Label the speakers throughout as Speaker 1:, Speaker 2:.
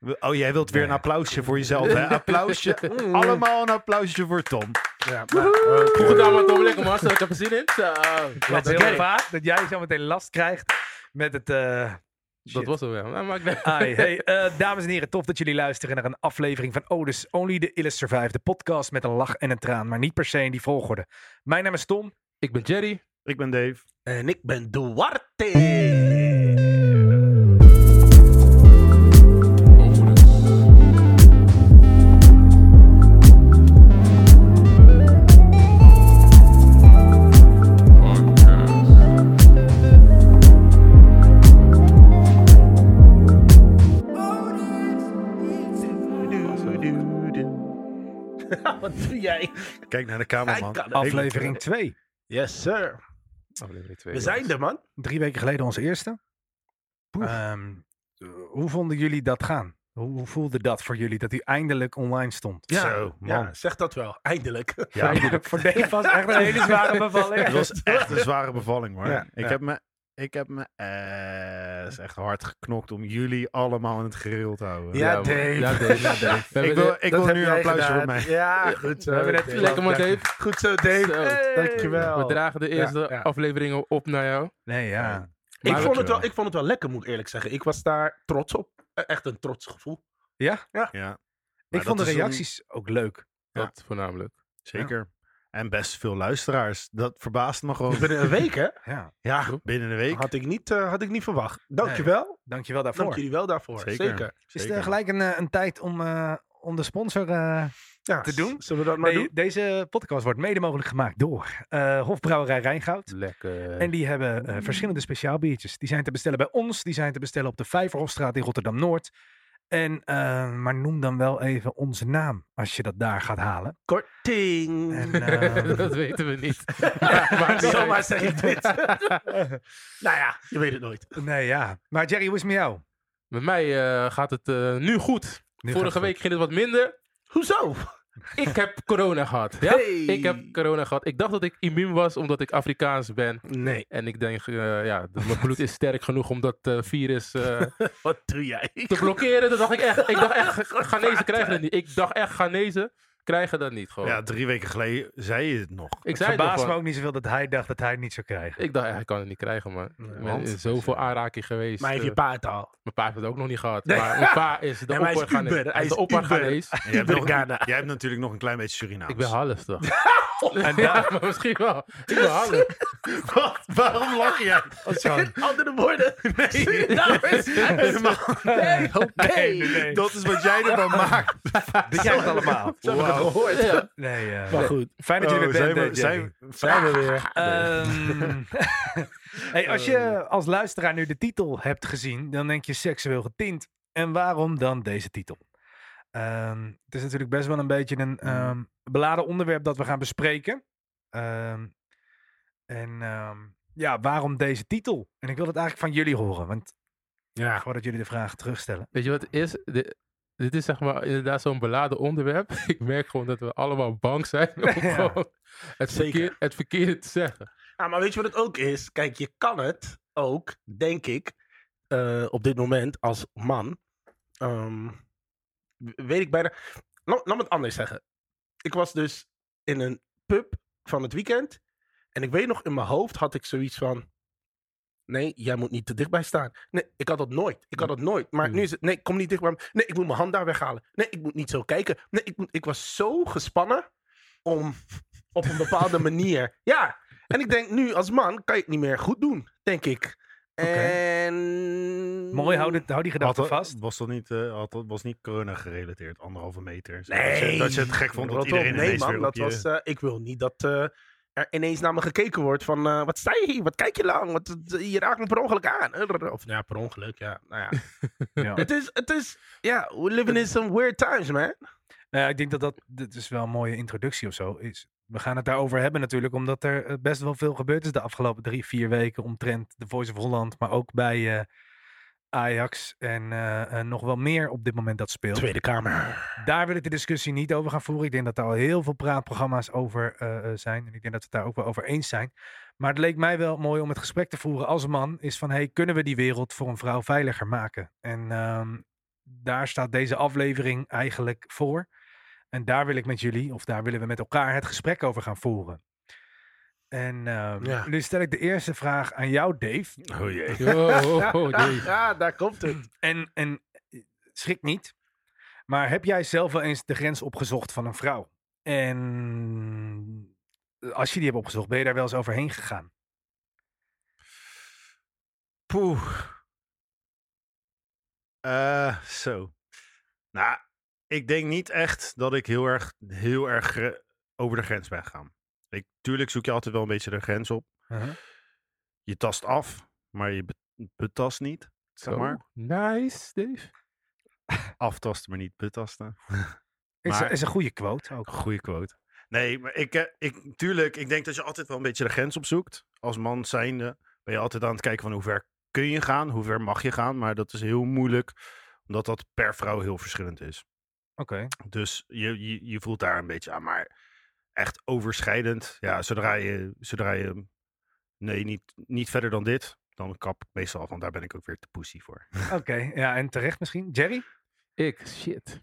Speaker 1: Oh, jij wilt weer een applausje voor jezelf, hè? Applausje. Allemaal een applausje voor Tom.
Speaker 2: Ja,
Speaker 3: Goed gedaan, man, Tom. Lekker, man. Ik heb er zin in.
Speaker 2: Het is heel vaak dat jij zo meteen last krijgt met het...
Speaker 3: Dat was hem, ja. Nou, maar
Speaker 2: Hey, dames en heren, tof dat jullie luisteren naar een aflevering van Otis Only the Illest Survive. De podcast met een lach en een traan, maar niet per se in die volgorde. Mijn naam is Tom.
Speaker 3: Ik ben Jerry.
Speaker 1: Ik ben Dave.
Speaker 4: En ik ben Duarte. Wat doe jij?
Speaker 1: Kijk naar de cameraman.
Speaker 2: Aflevering 2.
Speaker 4: Yes, sir.
Speaker 3: Aflevering 2.
Speaker 4: We zijn er, man.
Speaker 2: 3 weken geleden onze eerste. Hoe vonden jullie dat gaan? Hoe voelde dat voor jullie dat hij eindelijk online stond?
Speaker 4: Ja,
Speaker 1: Zo, man.
Speaker 4: ja, zeg dat wel. Eindelijk.
Speaker 1: Ja,
Speaker 2: Eindelijk. Voor Dave was echt een hele zware bevalling.
Speaker 1: het was echt een zware bevalling, hoor.
Speaker 4: Ja,
Speaker 1: Ik heb me echt hard geknokt om jullie allemaal in het gereel te houden.
Speaker 4: Ja,
Speaker 3: man.
Speaker 4: Dave.
Speaker 3: Ja, Dave.
Speaker 1: Ik wil nu een applausje voor mij.
Speaker 4: Ja, goed zo.
Speaker 3: We hebben net lekker, man, Dave.
Speaker 4: Goed zo, Dave.
Speaker 3: Zo.
Speaker 4: Hey. Dankjewel.
Speaker 3: We dragen de eerste
Speaker 4: Ja.
Speaker 3: afleveringen op naar jou.
Speaker 2: Nee, ja.
Speaker 4: Ik
Speaker 3: Maar
Speaker 4: vond het wel lekker, moet ik eerlijk zeggen. Ik was daar trots op. Echt een trots gevoel.
Speaker 2: Ja?
Speaker 1: Ja.
Speaker 2: Ik vond de reacties ook leuk.
Speaker 3: Dat voornamelijk.
Speaker 1: Zeker. En best veel luisteraars. Dat verbaast me gewoon.
Speaker 4: Binnen een week, hè?
Speaker 2: Ja.
Speaker 4: Ja,
Speaker 1: Binnen een week.
Speaker 4: had ik niet verwacht. Dankjewel.
Speaker 2: Dankjewel daarvoor.
Speaker 4: Dank jullie wel daarvoor. Zeker.
Speaker 2: Is het gelijk een tijd om de sponsor
Speaker 4: Ja,
Speaker 2: te doen?
Speaker 4: Zullen we dat maar doen?
Speaker 2: Deze podcast wordt mede mogelijk gemaakt door Hofbrouwerij Rijngoud.
Speaker 3: Lekker.
Speaker 2: En die hebben verschillende speciaalbiertjes. Die zijn te bestellen bij ons. Die zijn te bestellen op de Vijverhofstraat in Rotterdam-Noord. En, maar noem dan wel even onze naam als je dat daar gaat halen.
Speaker 4: Korting.
Speaker 2: En,
Speaker 3: Dat weten we niet.
Speaker 4: maar zomaar zeg ik dit. Nou ja, je weet het nooit.
Speaker 2: nee, ja. Maar Jerry, hoe is het met jou?
Speaker 3: Met mij gaat het nu goed.
Speaker 2: Nu
Speaker 3: Vorige
Speaker 2: gaat het
Speaker 3: week ging het wat minder.
Speaker 4: Hoezo?
Speaker 3: Ik heb corona gehad. Ja?
Speaker 4: Hey.
Speaker 3: Ik heb corona gehad. Ik dacht dat ik immuun was omdat ik Afrikaans ben.
Speaker 4: Nee.
Speaker 3: En ik denk, mijn bloed is sterk genoeg om dat virus
Speaker 4: Wat doe jij?
Speaker 3: te blokkeren. Dat dacht ik echt. Ik dacht echt, Ghanese krijgen dat niet. Ik dacht echt, Ghanese krijgen dat niet gewoon.
Speaker 1: Ja, 3 weken geleden zei je het nog.
Speaker 3: Ik
Speaker 2: Het
Speaker 3: zei het nog
Speaker 2: verbaast me
Speaker 3: van.
Speaker 2: ook niet zoveel dat hij dacht dat hij het niet zou krijgen.
Speaker 3: Ik dacht echt, ik kan het niet krijgen, man.
Speaker 2: Nee,
Speaker 3: Ik ben
Speaker 2: want-
Speaker 3: in zoveel aanraking geweest.
Speaker 4: Maar heeft je pa het al?
Speaker 3: Mijn pa heeft het ook nog niet gehad.
Speaker 4: Nee.
Speaker 3: Maar mijn pa is de
Speaker 4: Nee, maar hij is
Speaker 3: opper Ghanese.
Speaker 4: Uber.
Speaker 3: Hij is de opper Ghanese.
Speaker 1: En jij, hebt nog-
Speaker 4: Ghana.
Speaker 1: jij hebt natuurlijk nog een klein beetje Surinaams.
Speaker 3: Ik ben half toch?
Speaker 2: En
Speaker 3: Ja, maar misschien wel. Ik ben half.
Speaker 1: Wat? Waarom lach jij?
Speaker 4: Andere woorden. Nee. Nee, oké.
Speaker 2: Nee.
Speaker 1: Dat is wat jij ervan maakt.
Speaker 2: Dit jij het allemaal.
Speaker 4: Zo heb ik het gehoord.
Speaker 3: Ja.
Speaker 2: Nee,
Speaker 4: Maar goed.
Speaker 2: Fijn dat je er weer bent,
Speaker 1: zijn
Speaker 2: Jerry.
Speaker 4: Zijn we weer.
Speaker 2: Hey, als je als luisteraar nu de titel hebt gezien, dan denk je seksueel getint. En waarom dan deze titel? Het is natuurlijk best wel een beetje een beladen onderwerp dat we gaan bespreken. Ja, waarom deze titel? En ik wil het eigenlijk van jullie horen, want
Speaker 4: Ja.
Speaker 2: voordat jullie de vraag terugstellen.
Speaker 3: Weet je wat het is? Dit is zeg maar inderdaad zo'n beladen onderwerp. Ik merk gewoon dat we allemaal bang zijn om gewoon
Speaker 4: Zeker.
Speaker 3: het verkeerde te zeggen.
Speaker 4: Ja, maar weet je wat het ook is? Kijk, je kan het ook, denk ik, op dit moment als man. Weet ik bijna. Laat me het anders zeggen. Ik was dus in een pub van het weekend. En ik weet nog, in mijn hoofd had ik zoiets van. Nee, jij moet niet te dichtbij staan. Nee, ik had dat nooit. Maar nu is het, nee, kom niet dichtbij. Nee, ik moet mijn hand daar weghalen. Nee, ik moet niet zo kijken. Nee, ik was zo gespannen om op een bepaalde manier. Ja, en ik denk nu als man kan je het niet meer goed doen, denk ik. En...
Speaker 2: Mooi, hou die gedachte
Speaker 1: Had dat-
Speaker 2: vast.
Speaker 1: was niet corona gerelateerd, 1,5 meter.
Speaker 4: Nee.
Speaker 1: Dat je het gek vond dat
Speaker 4: Rot op.
Speaker 1: iedereen
Speaker 4: Nee,
Speaker 1: ineens
Speaker 4: man,
Speaker 1: weer op
Speaker 4: dat
Speaker 1: je...
Speaker 4: was... ik wil niet dat er ineens naar me gekeken wordt van... wat sta je hier? Wat kijk je lang? Je raakt me per ongeluk aan. Of ja, per ongeluk, ja. Nou ja.
Speaker 2: Ja.
Speaker 4: Het is... Ja, we living in some weird times, man.
Speaker 2: Nou ja, ik denk dat dit is wel een mooie introductie of zo is. We gaan het daarover hebben natuurlijk, omdat er best wel veel gebeurd is de afgelopen 3-4 weken omtrent de Voice of Holland, maar ook bij Ajax en nog wel meer op dit moment dat speelt.
Speaker 4: Tweede Kamer.
Speaker 2: Daar wil ik de discussie niet over gaan voeren. Ik denk dat er al heel veel praatprogramma's over zijn en ik denk dat we het daar ook wel over eens zijn. Maar het leek mij wel mooi om het gesprek te voeren als man, is van hey, kunnen we die wereld voor een vrouw veiliger maken? En daar staat deze aflevering eigenlijk voor. En daar wil ik met jullie, of daar willen we met elkaar het gesprek over gaan voeren. En nu stel ik de eerste vraag aan jou, Dave.
Speaker 1: Oh jee.
Speaker 3: Dave.
Speaker 4: Ja, daar komt het.
Speaker 2: En schrik niet. Maar heb jij zelf wel eens de grens opgezocht van een vrouw? En als je die hebt opgezocht, ben je daar wel eens overheen gegaan?
Speaker 1: Poeh. Zo. Nou, ik denk niet echt dat ik heel erg over de grens ben gegaan. Tuurlijk zoek je altijd wel een beetje de grens op. Je tast af, maar je betast niet. Zeg maar.
Speaker 3: Nice, Dave.
Speaker 1: Aftasten, maar niet betasten.
Speaker 2: Is een goede quote ook.
Speaker 1: Goeie quote. Nee, maar ik denk dat je altijd wel een beetje de grens opzoekt. Als man zijnde ben je altijd aan het kijken van hoe ver kun je gaan, hoe ver mag je gaan. Maar dat is heel moeilijk, omdat dat per vrouw heel verschillend is.
Speaker 2: Oké.
Speaker 1: Dus je voelt daar een beetje aan. Maar echt overschrijdend, ja, zodra je nee, niet verder dan dit, dan kap ik meestal af, want daar ben ik ook weer te pussy voor.
Speaker 2: Oké, ja, en terecht misschien. Jerry?
Speaker 3: Shit.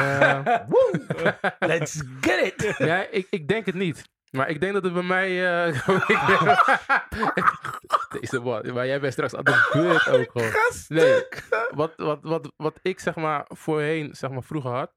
Speaker 4: Let's get it!
Speaker 3: Ja, ik denk het niet. Maar ik denk dat het bij mij... Deze man, maar jij bent straks aan de beurt ook gewoon. Nee, wat ik zeg maar voorheen, zeg maar vroeger had.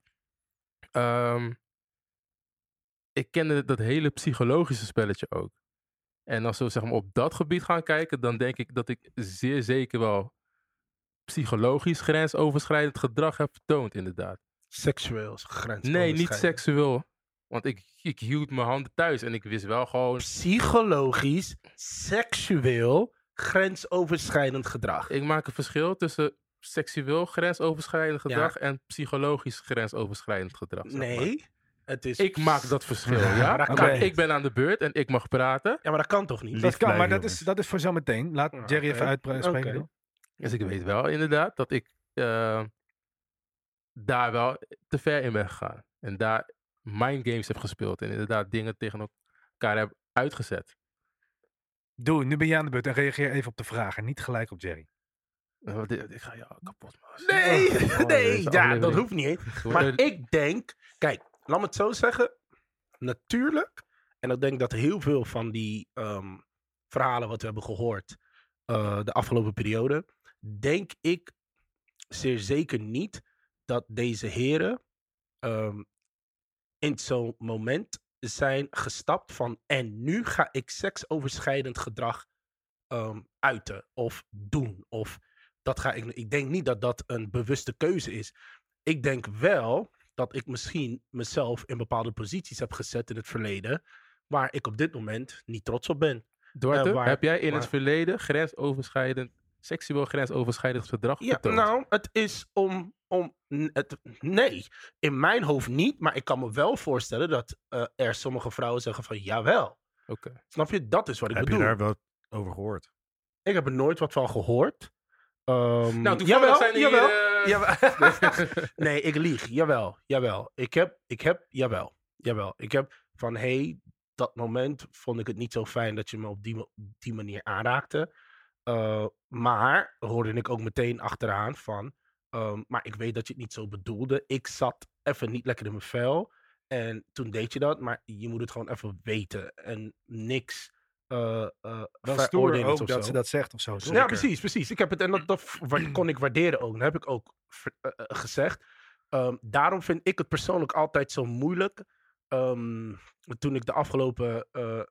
Speaker 3: Ik kende dat hele psychologische spelletje ook. En als we zeg maar op dat gebied gaan kijken, dan denk ik dat ik zeer zeker wel psychologisch grensoverschrijdend gedrag heb vertoond, inderdaad.
Speaker 4: Seksueel grens.
Speaker 3: Nee, niet seksueel. Want ik hield mijn handen thuis en ik wist wel gewoon...
Speaker 4: Psychologisch, seksueel, grensoverschrijdend gedrag.
Speaker 3: Ik maak een verschil tussen seksueel grensoverschrijdend gedrag en psychologisch grensoverschrijdend gedrag. Zeg
Speaker 4: nee,
Speaker 3: maar.
Speaker 4: Het is...
Speaker 3: Ik maak dat verschil, ja?
Speaker 4: dat kan
Speaker 3: Kijk,
Speaker 4: niet.
Speaker 3: ik ben aan de beurt en ik mag praten.
Speaker 4: Ja, maar dat kan toch niet?
Speaker 2: Dat kan, maar
Speaker 1: blijven,
Speaker 2: dat is voor zometeen. Laat Jerry even uitspreken.
Speaker 4: Oké.
Speaker 3: Dus ik weet wel inderdaad dat ik daar wel te ver in ben gegaan. En daar mindgames heb gespeeld. En inderdaad dingen tegen elkaar heb uitgezet.
Speaker 2: Doe, nu ben je aan de beurt en reageer even op de vragen. Niet gelijk op Jerry.
Speaker 3: Ik ga jou kapot maken.
Speaker 4: Nee,
Speaker 3: Oh,
Speaker 4: nee,
Speaker 3: deze
Speaker 4: ja,
Speaker 3: aflevering.
Speaker 4: dat hoeft niet. Maar ik denk, kijk, laat me het zo zeggen. Natuurlijk, en ik denk dat heel veel van die verhalen wat we hebben gehoord de afgelopen periode, denk ik zeer zeker niet dat deze heren in zo'n moment zijn gestapt van en nu ga ik seksoverschrijdend gedrag uiten of doen. Of dat ga ik denk niet dat dat een bewuste keuze is. Ik denk wel dat ik misschien mezelf in bepaalde posities heb gezet in het verleden waar ik op dit moment niet trots op ben.
Speaker 3: Duarte, heb jij in het verleden seksueel grensoverschrijdend gedrag vertoond?
Speaker 4: Nou, het is nee, in mijn hoofd niet, maar ik kan me wel voorstellen dat er sommige vrouwen zeggen van jawel.
Speaker 3: Oké.
Speaker 4: Snap je? Dat is wat ik
Speaker 1: Heb
Speaker 4: bedoel.
Speaker 1: je daar wat over gehoord?
Speaker 4: Ik heb er nooit wat van gehoord.
Speaker 3: Nou, toevallig zijn er
Speaker 4: jawel.
Speaker 3: hier...
Speaker 4: Jawel. Nee, ik lieg. Jawel. Ik heb van, dat moment vond ik het niet zo fijn dat je me op die manier aanraakte. Maar hoorde ik ook meteen achteraan van, maar ik weet dat je het niet zo bedoelde. Ik zat even niet lekker in mijn vel. En toen deed je dat, maar je moet het gewoon even weten. En niks
Speaker 2: Wel stoer
Speaker 4: veroordelen
Speaker 2: ook
Speaker 4: of
Speaker 2: dat
Speaker 4: zo.
Speaker 2: ze dat zegt of zo. toch?
Speaker 4: Ja, precies. Ik heb het, en dat kon ik waarderen ook. Dat heb ik ook gezegd. Daarom vind ik het persoonlijk altijd zo moeilijk. Toen ik de afgelopen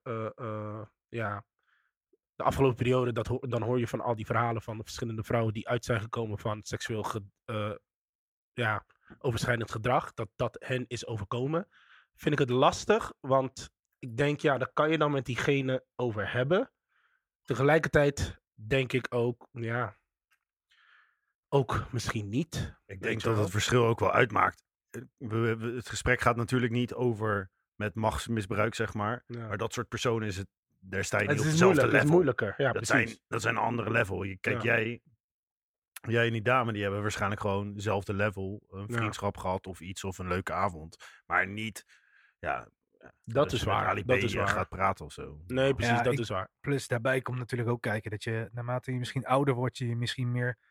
Speaker 4: periode, dan hoor je van al die verhalen van de verschillende vrouwen die uit zijn gekomen van seksueel overschrijdend gedrag, dat hen is overkomen. Vind ik het lastig, want ik denk, ja, daar kan je dan met diegene over hebben. Tegelijkertijd denk ik ook, ja, ook misschien niet.
Speaker 1: Ik denk dat het verschil ook wel uitmaakt. Het gesprek gaat natuurlijk niet over met machtsmisbruik, zeg maar.
Speaker 4: Ja.
Speaker 1: Maar dat soort personen is het, daar sta je
Speaker 4: Het
Speaker 1: niet op
Speaker 4: is
Speaker 1: hetzelfde
Speaker 4: moeilijk, het
Speaker 1: level.
Speaker 4: is moeilijker. Ja, precies.
Speaker 1: Dat zijn een andere level. Kijk, jij en die dame, die hebben waarschijnlijk gewoon dezelfde level. Een vriendschap gehad of iets, of een leuke avond. Maar niet,
Speaker 4: Dat is
Speaker 1: je met
Speaker 4: waar.
Speaker 1: Ali
Speaker 4: Dat
Speaker 1: B
Speaker 4: is waar.
Speaker 1: gaat praten of zo.
Speaker 4: Nee, precies,
Speaker 2: Ja,
Speaker 4: is waar.
Speaker 2: Plus daarbij komt natuurlijk ook kijken dat je naarmate je misschien ouder wordt, je misschien meer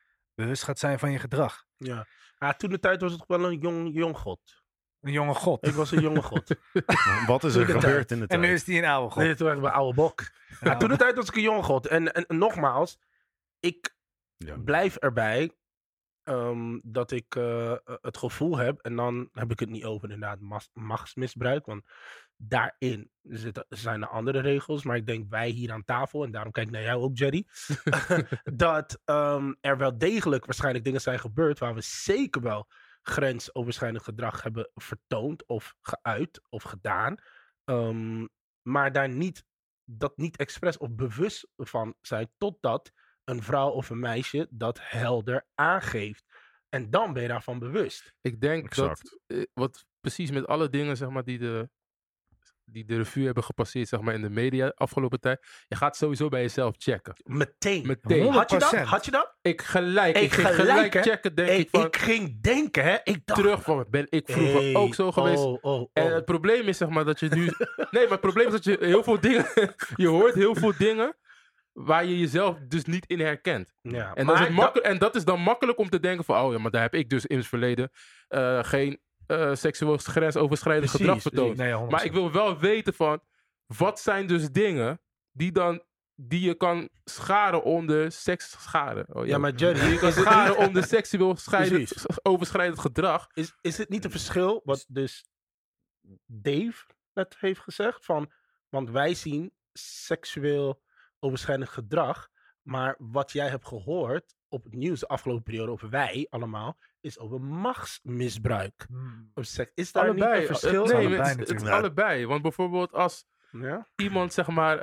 Speaker 2: bewust gaat zijn van je gedrag.
Speaker 4: Ja. Toen de tijd was het wel een jong god.
Speaker 2: Een jonge god.
Speaker 4: Ik was een jonge god.
Speaker 1: Wat is er
Speaker 4: Toen de
Speaker 1: gebeurd in de
Speaker 2: En
Speaker 1: tijd?
Speaker 2: nu is die een oude god.
Speaker 4: Nee, toen was ik mijn oude bok.
Speaker 2: Ja.
Speaker 4: Toen de tijd was ik een jonge god. En nogmaals, ik
Speaker 1: Ja.
Speaker 4: blijf erbij dat ik het gevoel heb, en dan heb ik het niet over inderdaad machtsmisbruik, want daarin zijn er andere regels, maar ik denk wij hier aan tafel, en daarom kijk ik naar jou ook, Jerry, dat er wel degelijk waarschijnlijk dingen zijn gebeurd waar we zeker wel grensoverschrijdend gedrag hebben vertoond of geuit of gedaan, maar daar niet expres of bewust van zijn, totdat een vrouw of een meisje dat helder aangeeft. En dan ben je daarvan bewust.
Speaker 3: Ik denk
Speaker 1: Exact.
Speaker 3: dat, wat precies met alle dingen zeg maar, die de revue hebben gepasseerd zeg maar, in de media afgelopen tijd. Je gaat sowieso bij jezelf checken.
Speaker 4: Meteen.
Speaker 3: Meteen.
Speaker 2: 100%.
Speaker 4: Had je dat?
Speaker 3: Ik ging
Speaker 4: gelijk,
Speaker 3: gelijk
Speaker 4: hè?
Speaker 3: checken, denk ik van,
Speaker 4: Ik ging denken, hè. Ik dacht...
Speaker 3: terug van, ben ik vroeger ook zo geweest? En het probleem is zeg maar dat je nu... Nee, maar het probleem is dat je heel veel dingen... je hoort heel veel dingen waar je jezelf dus niet in herkent.
Speaker 4: Ja,
Speaker 3: En,
Speaker 4: maar
Speaker 3: en dat is dan makkelijk om te denken van... Oh ja, maar daar heb ik dus in het verleden geen seksueel grensoverschrijdend
Speaker 4: Precies,
Speaker 3: gedrag vertoond.
Speaker 2: Nee, 100%.
Speaker 3: Maar ik wil wel weten van... Wat zijn dus dingen die je kan scharen onder seksschade? Oh,
Speaker 4: Ja, maar Jerry,
Speaker 3: die je kan
Speaker 4: is het
Speaker 3: scharen
Speaker 4: niet-
Speaker 3: onder seksueel
Speaker 4: Precies.
Speaker 3: overschrijdend gedrag.
Speaker 4: is het niet een verschil wat dus Dave net heeft gezegd? Want wij zien seksueel overschrijdend gedrag, maar wat jij hebt gehoord op het nieuws de afgelopen periode over wij allemaal, is over machtsmisbruik. Of seks. Is daar niet een verschil?
Speaker 3: Nee,
Speaker 2: Allebei
Speaker 3: het is
Speaker 2: natuurlijk.
Speaker 3: allebei. Want bijvoorbeeld als
Speaker 4: Ja?
Speaker 3: iemand zeg maar...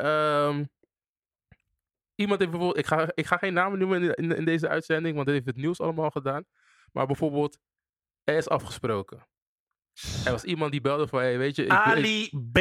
Speaker 3: iemand heeft bijvoorbeeld... Ik ga geen namen noemen in deze uitzending, want dit heeft het nieuws allemaal gedaan. Maar bijvoorbeeld, er is afgesproken. Er was iemand die belde van, hey, weet je...
Speaker 4: Ali B.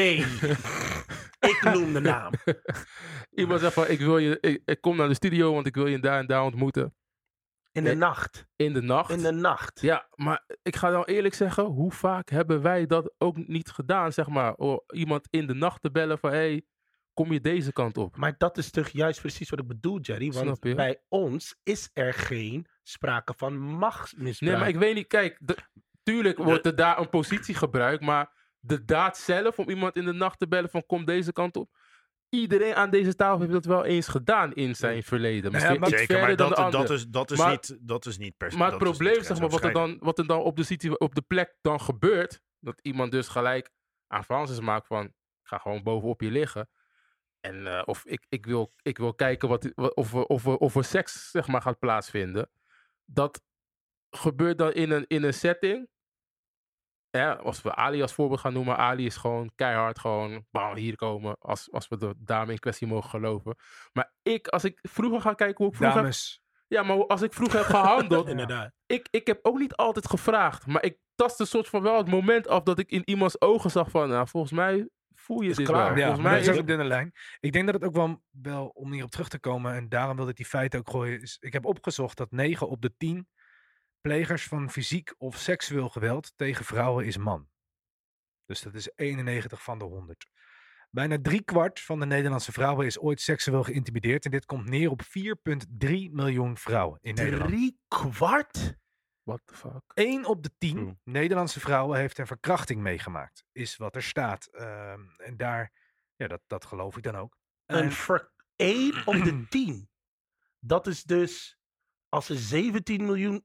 Speaker 4: Ik noem de naam.
Speaker 3: Iemand zegt van, ik kom naar de studio, want ik wil je daar en daar ontmoeten.
Speaker 4: In de nacht.
Speaker 3: In de nacht.
Speaker 4: In de nacht.
Speaker 3: Ja, maar ik ga dan eerlijk zeggen, hoe vaak hebben wij dat ook niet gedaan, zeg maar. Om iemand in de nacht te bellen van, hey, kom je deze kant op?
Speaker 4: Maar dat is toch juist precies wat ik bedoel, Jerry. Want
Speaker 3: Snap je?
Speaker 4: bij ons is er geen sprake van machtsmisbruik.
Speaker 3: Nee, maar ik weet niet, kijk, tuurlijk wordt er daar een positie gebruikt, maar de daad zelf om iemand in de nacht te bellen van, kom deze kant op. Iedereen aan deze tafel heeft dat wel eens gedaan in zijn verleden. Misschien
Speaker 2: maar
Speaker 3: iets
Speaker 1: Zeker,
Speaker 3: verder
Speaker 1: maar
Speaker 3: dan de ander.
Speaker 1: dat is niet per se.
Speaker 3: Maar het
Speaker 1: dat is
Speaker 3: probleem,
Speaker 1: niet
Speaker 3: zeg maar, wat er dan op de plek dan gebeurt, dat iemand dus gelijk avances maakt van, ik ga gewoon bovenop je liggen. En of ik wil kijken of er seks, zeg maar, gaat plaatsvinden. Dat gebeurt dan in een setting. Ja, als we Ali als voorbeeld gaan noemen. Ali is gewoon keihard gewoon bam, hier komen. Als we de dame in kwestie mogen geloven. Maar als ik vroeger ga kijken hoe ik vroeger...
Speaker 2: Dames.
Speaker 3: Ja, maar als ik vroeger heb gehandeld...
Speaker 4: Inderdaad.
Speaker 3: Ik heb ook niet altijd gevraagd. Maar ik tast een soort van wel het moment af dat ik in iemands ogen zag van... Nou, volgens mij voel je
Speaker 4: Is
Speaker 3: dit
Speaker 4: klaar.
Speaker 3: wel.
Speaker 2: Ja,
Speaker 3: Volgens
Speaker 2: maar
Speaker 3: mij
Speaker 2: dat is
Speaker 3: is
Speaker 2: ook een dunne lijn. Ik denk dat het ook wel om hierop terug te komen, en daarom wilde ik die feiten ook gooien, is, ik heb opgezocht dat 9 op de 10 plegers van fysiek of seksueel geweld tegen vrouwen is man. Dus dat is 91 van de 100. Bijna 3/4 van de Nederlandse vrouwen is ooit seksueel geïntimideerd. En dit komt neer op 4,3 miljoen vrouwen in Nederland.
Speaker 4: 3/4?
Speaker 3: What the fuck?
Speaker 2: 1 op de 10
Speaker 1: True.
Speaker 2: Nederlandse vrouwen heeft een verkrachting meegemaakt. Is wat er staat. En daar, ja, dat geloof ik dan ook. En-
Speaker 4: 1 op de 10. Dat is dus als er 17 miljoen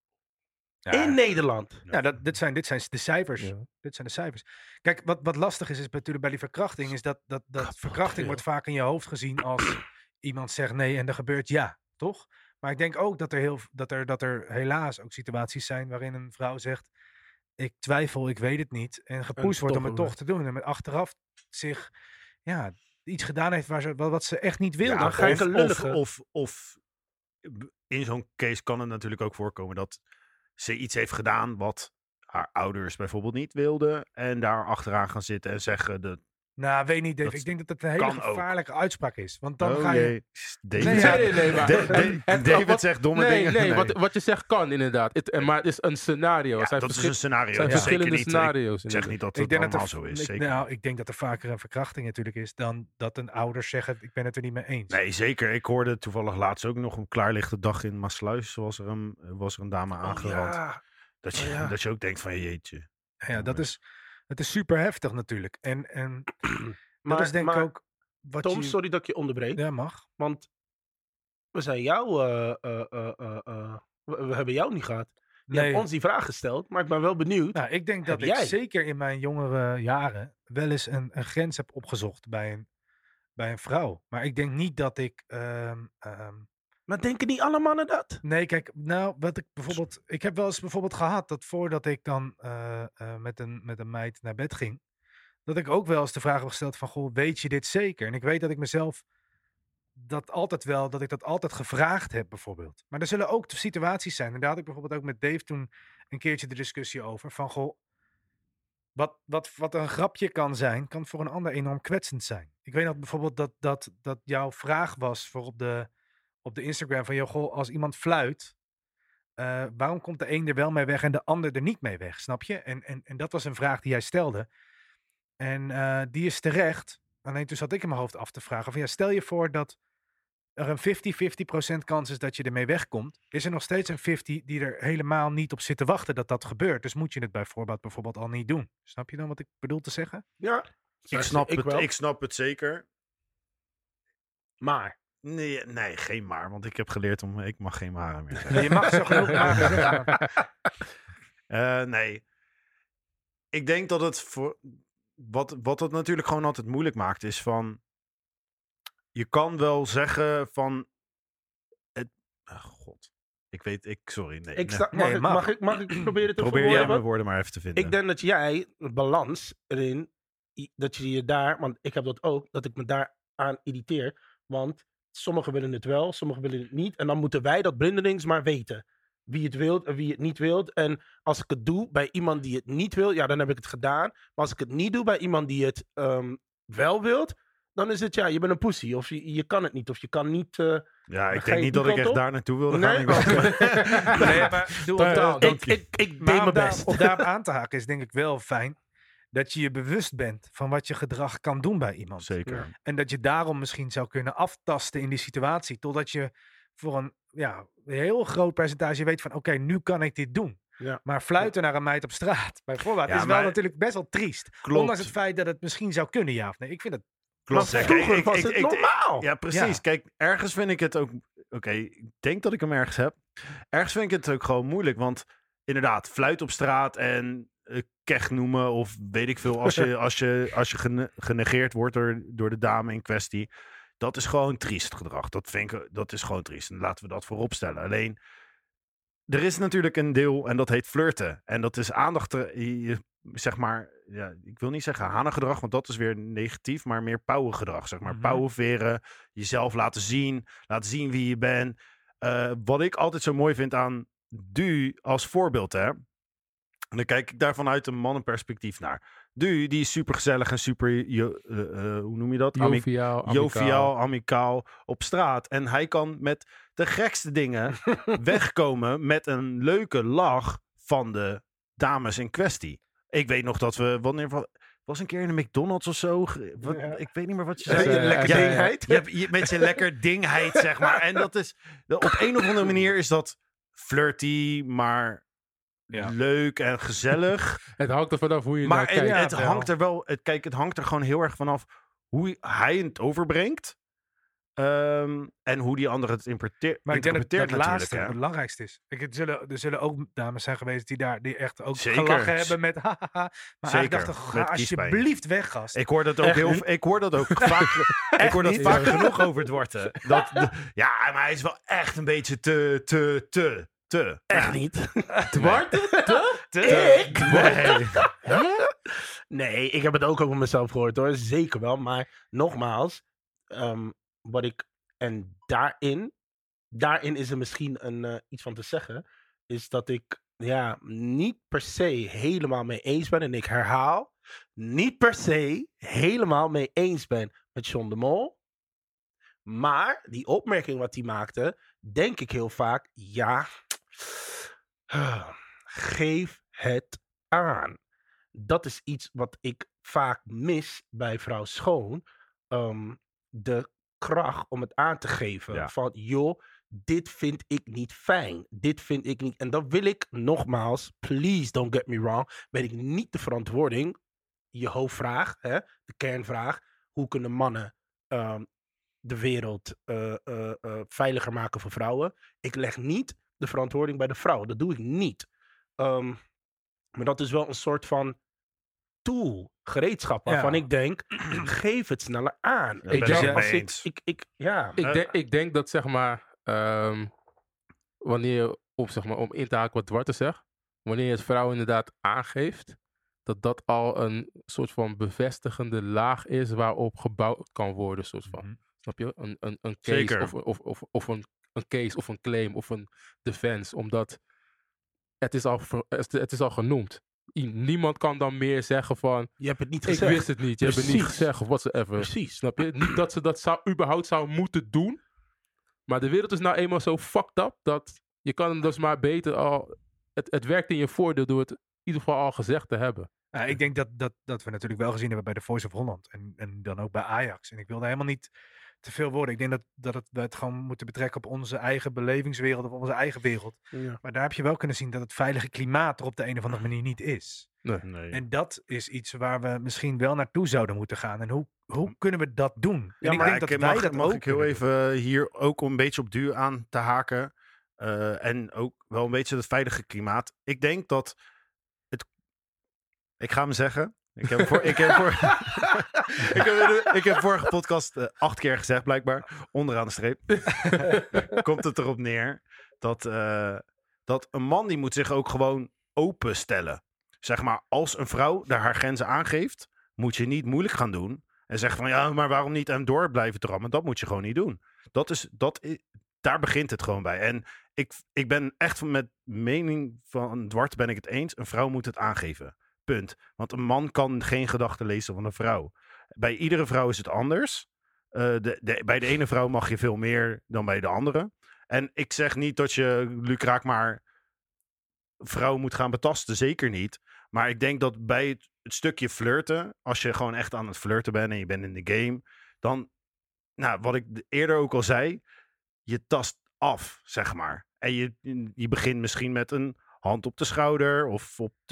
Speaker 4: in Nederland.
Speaker 2: Ja, dit zijn de cijfers.
Speaker 3: Ja.
Speaker 2: Dit zijn de cijfers. Kijk, wat lastig is natuurlijk bij die verkrachting, is dat verkrachting
Speaker 4: veel.
Speaker 2: wordt vaak in je hoofd gezien als iemand zegt nee en er gebeurt ja, toch? Maar ik denk ook dat er helaas ook situaties zijn waarin een vrouw zegt, ik twijfel, ik weet het niet. En gepusht wordt om het
Speaker 4: toch
Speaker 2: toch te doen. En met achteraf zich, ja, iets gedaan heeft wat ze echt niet wilde.
Speaker 1: Ja,
Speaker 4: dan ga je lulligen.
Speaker 1: of in zo'n case kan het natuurlijk ook voorkomen dat ze iets heeft gedaan wat haar ouders bijvoorbeeld niet wilden. En daar achteraan gaan zitten en zeggen dat
Speaker 2: Nou, weet niet, Dave.
Speaker 1: Dat
Speaker 2: ik denk dat het een hele
Speaker 1: kan ook.
Speaker 2: gevaarlijke uitspraak is. Want dan
Speaker 1: Oh
Speaker 2: ga je...
Speaker 1: jee. David
Speaker 2: Nee,
Speaker 1: zegt-
Speaker 3: nee, maar-
Speaker 1: David
Speaker 3: wat-
Speaker 1: zegt domme
Speaker 3: Nee,
Speaker 1: dingen.
Speaker 3: nee, wat je zegt kan inderdaad. Maar het is een scenario.
Speaker 1: Ja,
Speaker 3: Er zijn
Speaker 1: dat is een scenario.
Speaker 3: zijn
Speaker 1: Ja.
Speaker 3: verschillende
Speaker 1: Zeker niet.
Speaker 3: scenario's.
Speaker 1: Ik zeg niet dat het
Speaker 2: Ik denk
Speaker 1: allemaal
Speaker 2: dat
Speaker 1: zo is.
Speaker 2: ik,
Speaker 1: Zeker.
Speaker 2: nou, ik denk dat er vaker een verkrachting natuurlijk is dan dat een ouder zegt, ik ben het er niet mee eens.
Speaker 1: Nee, zeker. Ik hoorde toevallig laatst ook nog een klaarlichte dag in Maasluis. Was er een dame aangerand.
Speaker 4: Ja.
Speaker 1: Dat, je,
Speaker 4: Oh, ja.
Speaker 1: dat je ook denkt van jeetje.
Speaker 2: Ja, het is super heftig natuurlijk. En
Speaker 4: Maar,
Speaker 2: dat is denk ik
Speaker 4: maar,
Speaker 2: ook wat
Speaker 4: Tom,
Speaker 2: je...
Speaker 4: sorry dat ik je onderbreek.
Speaker 2: Ja, mag.
Speaker 4: Want we zijn jou... we hebben jou niet gehad. Je
Speaker 2: Nee.
Speaker 4: hebt ons die vraag gesteld, maar ik ben wel benieuwd.
Speaker 2: Nou, ik denk dat
Speaker 4: Heb
Speaker 2: ik
Speaker 4: jij?
Speaker 2: zeker in mijn jongere jaren wel eens een grens heb opgezocht bij een vrouw. Maar ik denk niet dat ik...
Speaker 4: Maar denken niet alle mannen dat?
Speaker 2: Nee, kijk, nou, wat ik bijvoorbeeld... Ik heb wel eens bijvoorbeeld gehad dat voordat ik dan met een meid naar bed ging, dat ik ook wel eens de vraag heb gesteld van, goh, weet je dit zeker? En ik weet dat ik mezelf dat ik dat altijd gevraagd heb, bijvoorbeeld. Maar er zullen ook situaties zijn, en daar had ik bijvoorbeeld ook met Dave toen een keertje de discussie over, van, goh, wat een grapje kan zijn, kan voor een ander enorm kwetsend zijn. Ik weet nog bijvoorbeeld dat jouw vraag was voor op de Instagram van, joh, goh, als iemand fluit, waarom komt de een er wel mee weg en de ander er niet mee weg, snap je? En dat was een vraag die jij stelde. En die is terecht. Alleen toen zat ik in mijn hoofd af te vragen van, ja, stel je voor dat er een 50-50% kans is dat je ermee wegkomt. Is er nog steeds een 50 die er helemaal niet op zit te wachten dat dat gebeurt? Dus moet je het bijvoorbeeld al niet doen. Snap je dan wat ik bedoel te zeggen?
Speaker 4: Ja.
Speaker 1: Ik snap het zeker.
Speaker 4: Maar.
Speaker 1: Nee, geen maar. Want ik heb geleerd ik mag geen maren meer zeggen.
Speaker 2: Je mag zo genoeg maken.
Speaker 1: Nee. Ik denk dat het voor... Wat het natuurlijk gewoon altijd moeilijk maakt, is van... Je kan wel zeggen van... God. Sorry. Nee.
Speaker 4: Mag ik proberen te
Speaker 1: Probeer jij
Speaker 4: verwoorden?
Speaker 1: mijn woorden maar even te vinden.
Speaker 4: Ik denk dat jij een balans erin, dat je je daar, want ik heb dat ook, dat ik me daar aan irriteer. Want sommigen willen het wel, sommigen willen het niet. En dan moeten wij dat blindelings maar weten. Wie het wilt en wie het niet wilt. En als ik het doe bij iemand die het niet wil, ja, dan heb ik het gedaan. Maar als ik het niet doe bij iemand die het wel wilt, dan is het, ja, je bent een pussy. Of je kan het niet, of je kan niet...
Speaker 1: Ja, ik
Speaker 4: ga je
Speaker 1: denk niet
Speaker 4: die
Speaker 1: dat ik
Speaker 4: kant
Speaker 1: echt
Speaker 4: op?
Speaker 1: daar naartoe wilde
Speaker 4: Nee?
Speaker 1: gaan.
Speaker 2: Nee, maar
Speaker 3: Totaal.
Speaker 4: Ik deed mijn best.
Speaker 2: Om daarop aan te haken is denk ik wel fijn dat je je bewust bent van wat je gedrag kan doen bij iemand.
Speaker 1: Zeker.
Speaker 4: Ja.
Speaker 2: En dat je daarom misschien zou kunnen aftasten in die situatie. Totdat je voor een heel groot percentage weet van, oké, nu kan ik dit doen.
Speaker 4: Ja.
Speaker 2: Maar fluiten naar een meid op straat, bijvoorbeeld,
Speaker 1: Ja,
Speaker 2: is wel
Speaker 1: maar-
Speaker 2: natuurlijk best wel triest.
Speaker 1: Klopt.
Speaker 2: Ondanks het feit dat het misschien zou kunnen, ja of nee. Ik vind het...
Speaker 1: Klopt.
Speaker 4: Maar
Speaker 1: Kijk,
Speaker 4: vroeger was het normaal.
Speaker 1: Ja, precies.
Speaker 2: Ja.
Speaker 1: Kijk, ergens vind ik het ook... Oké, ik denk dat ik hem ergens heb. Ergens vind ik het ook gewoon moeilijk. Want inderdaad, fluit op straat en kech noemen of weet ik veel. Als je genegeerd wordt door de dame in kwestie. Dat is gewoon triest gedrag. Dat is gewoon triest. En laten we dat voorop stellen. Alleen, er is natuurlijk een deel en dat heet flirten. En dat is aandacht, zeg maar, ja, ik wil niet zeggen hanengedrag, want dat is weer negatief, maar meer pauwengedrag, zeg maar.
Speaker 2: Mhm.
Speaker 1: Pauwenveren, jezelf laten zien wie je bent. Wat ik altijd zo mooi vind aan Du als voorbeeld, hè. En dan kijk ik daar vanuit een mannenperspectief naar. Du, die is super gezellig en super, hoe noem je dat? Joviaal, amicaal op straat. En hij kan met de gekste dingen wegkomen met een leuke lach van de dames in kwestie. Ik weet nog dat we, was een keer in de McDonald's of zo.
Speaker 4: Ja.
Speaker 1: Ik weet niet meer wat je
Speaker 4: Zei
Speaker 1: zei.
Speaker 4: je lekker dingheid?
Speaker 1: Met zijn lekker dingheid, zeg maar. En dat is, op een of andere manier is dat flirty, maar leuk en gezellig.
Speaker 3: Het hangt er vanaf hoe je
Speaker 1: Maar
Speaker 3: naar kijkt.
Speaker 1: het hangt er wel... Het hangt er gewoon heel erg vanaf hoe hij het overbrengt. En hoe die ander het
Speaker 2: Maar ik denk dat
Speaker 1: interpreteert
Speaker 2: het laatste
Speaker 1: hè.
Speaker 2: het belangrijkste is. Er zullen ook dames zijn geweest die echt ook
Speaker 1: Zeker.
Speaker 2: gelachen hebben met hahaha. Maar eigenlijk
Speaker 1: Zeker,
Speaker 2: dachten, ga
Speaker 1: met kiespijn.
Speaker 2: alsjeblieft weg, gast.
Speaker 1: Ik hoor dat ook ik hoor dat ook vaak. Ik hoor dat
Speaker 2: niet?
Speaker 1: vaak genoeg over het worten. Ja, maar hij is wel echt een beetje te.
Speaker 4: Echt niet. Nee, ik heb het ook over mezelf gehoord hoor. Zeker wel. Maar nogmaals, en daarin is er misschien iets van te zeggen. Is dat ik niet per se helemaal mee eens ben. En ik herhaal niet per se helemaal mee eens ben met John de Mol. Maar die opmerking wat hij maakte, denk ik heel vaak, ja, geef het aan. Dat is iets wat ik vaak mis bij vrouw Schoon. De kracht om het aan te geven.
Speaker 1: Ja.
Speaker 4: Van, joh, dit vind ik niet fijn. Dit vind ik niet. En dan wil ik nogmaals, please don't get me wrong, ben ik niet de verantwoording. Je hoofdvraag, hè, de kernvraag. Hoe kunnen mannen de wereld veiliger maken voor vrouwen? Ik leg niet de verantwoording bij de vrouw. Dat doe ik niet. Maar dat is wel een soort van tool, gereedschap, waarvan ik denk, geef het sneller aan.
Speaker 1: Ja,
Speaker 3: Ik denk dat, zeg maar, wanneer je, om in te haken wat Dwarte zegt, wanneer je het vrouw inderdaad aangeeft, dat al een soort van bevestigende laag is waarop gebouwd kan worden, soort van. Snap je? Een case of een case of een claim of een defense, omdat het is al genoemd. Niemand kan dan meer zeggen van,
Speaker 4: je hebt het niet
Speaker 3: ik
Speaker 4: gezegd.
Speaker 3: wist het niet, je hebt het niet gezegd of whatsoever.
Speaker 4: Precies.
Speaker 3: Snap je? Niet dat ze dat überhaupt zou moeten doen, maar de wereld is nou eenmaal zo fucked up dat je kan hem dus maar beter al, het werkt in je voordeel door het in ieder geval al gezegd te hebben.
Speaker 2: Ja, ik denk dat we natuurlijk wel gezien hebben bij de Voice of Holland en dan ook bij Ajax. En ik wilde helemaal niet te veel worden. Ik denk dat we het gewoon moeten betrekken op onze eigen belevingswereld of onze eigen wereld.
Speaker 4: Ja.
Speaker 2: Maar daar heb je wel kunnen zien dat het veilige klimaat er op de een of andere manier niet is.
Speaker 1: Nee.
Speaker 2: En dat is iets waar we misschien wel naartoe zouden moeten gaan. En hoe kunnen we dat doen?
Speaker 1: Ja,
Speaker 2: en
Speaker 1: maar
Speaker 2: ik denk dat wij dat
Speaker 1: mag
Speaker 2: ook
Speaker 1: ik heel
Speaker 2: kunnen doen.
Speaker 1: even hier ook een beetje op duur aan te haken. En ook wel een beetje het veilige klimaat. Ik denk dat ik ga hem zeggen. Ik heb vorige podcast 8 keer gezegd, blijkbaar. Onderaan de streep. Komt het erop neer dat een man die moet zich ook gewoon openstellen. Zeg maar, als een vrouw daar haar grenzen aangeeft, moet je niet moeilijk gaan doen. En zeggen van, ja, maar waarom niet hem door blijven drammen? Dat moet je gewoon niet doen. Daar begint het gewoon bij. En ik ben echt met mening van Dwarte ben ik het eens. Een vrouw moet het aangeven. Punt. Want een man kan geen gedachten lezen van een vrouw. Bij iedere vrouw is het anders. Bij de ene vrouw mag je veel meer dan bij de andere. En ik zeg niet dat je lucraak maar vrouwen moet gaan betasten. Zeker niet. Maar ik denk dat bij het stukje flirten, als je gewoon echt aan het flirten bent en je bent in de game, dan, nou, wat ik eerder ook al zei, je tast af, zeg maar. En je begint misschien met een hand op de schouder of op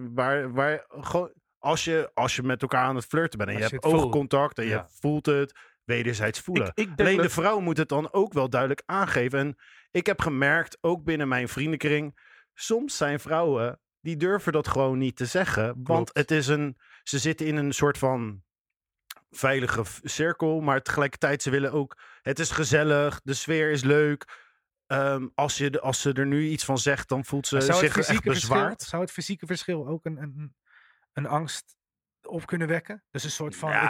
Speaker 1: de gewoon als je met elkaar aan het flirten bent en je hebt oogcontact en je voelt het wederzijds voelen. Alleen de vrouw moet het dan ook wel duidelijk aangeven. En ik heb gemerkt, ook binnen mijn vriendenkring, soms zijn vrouwen die durven dat gewoon niet te zeggen, want ze zitten in een soort van veilige cirkel, maar tegelijkertijd ze willen ook, het is gezellig, de sfeer is leuk. Als ze er nu iets van zegt, dan voelt ze zich echt bezwaard.
Speaker 2: Zou het fysieke verschil ook een angst op kunnen wekken? Dus een soort van...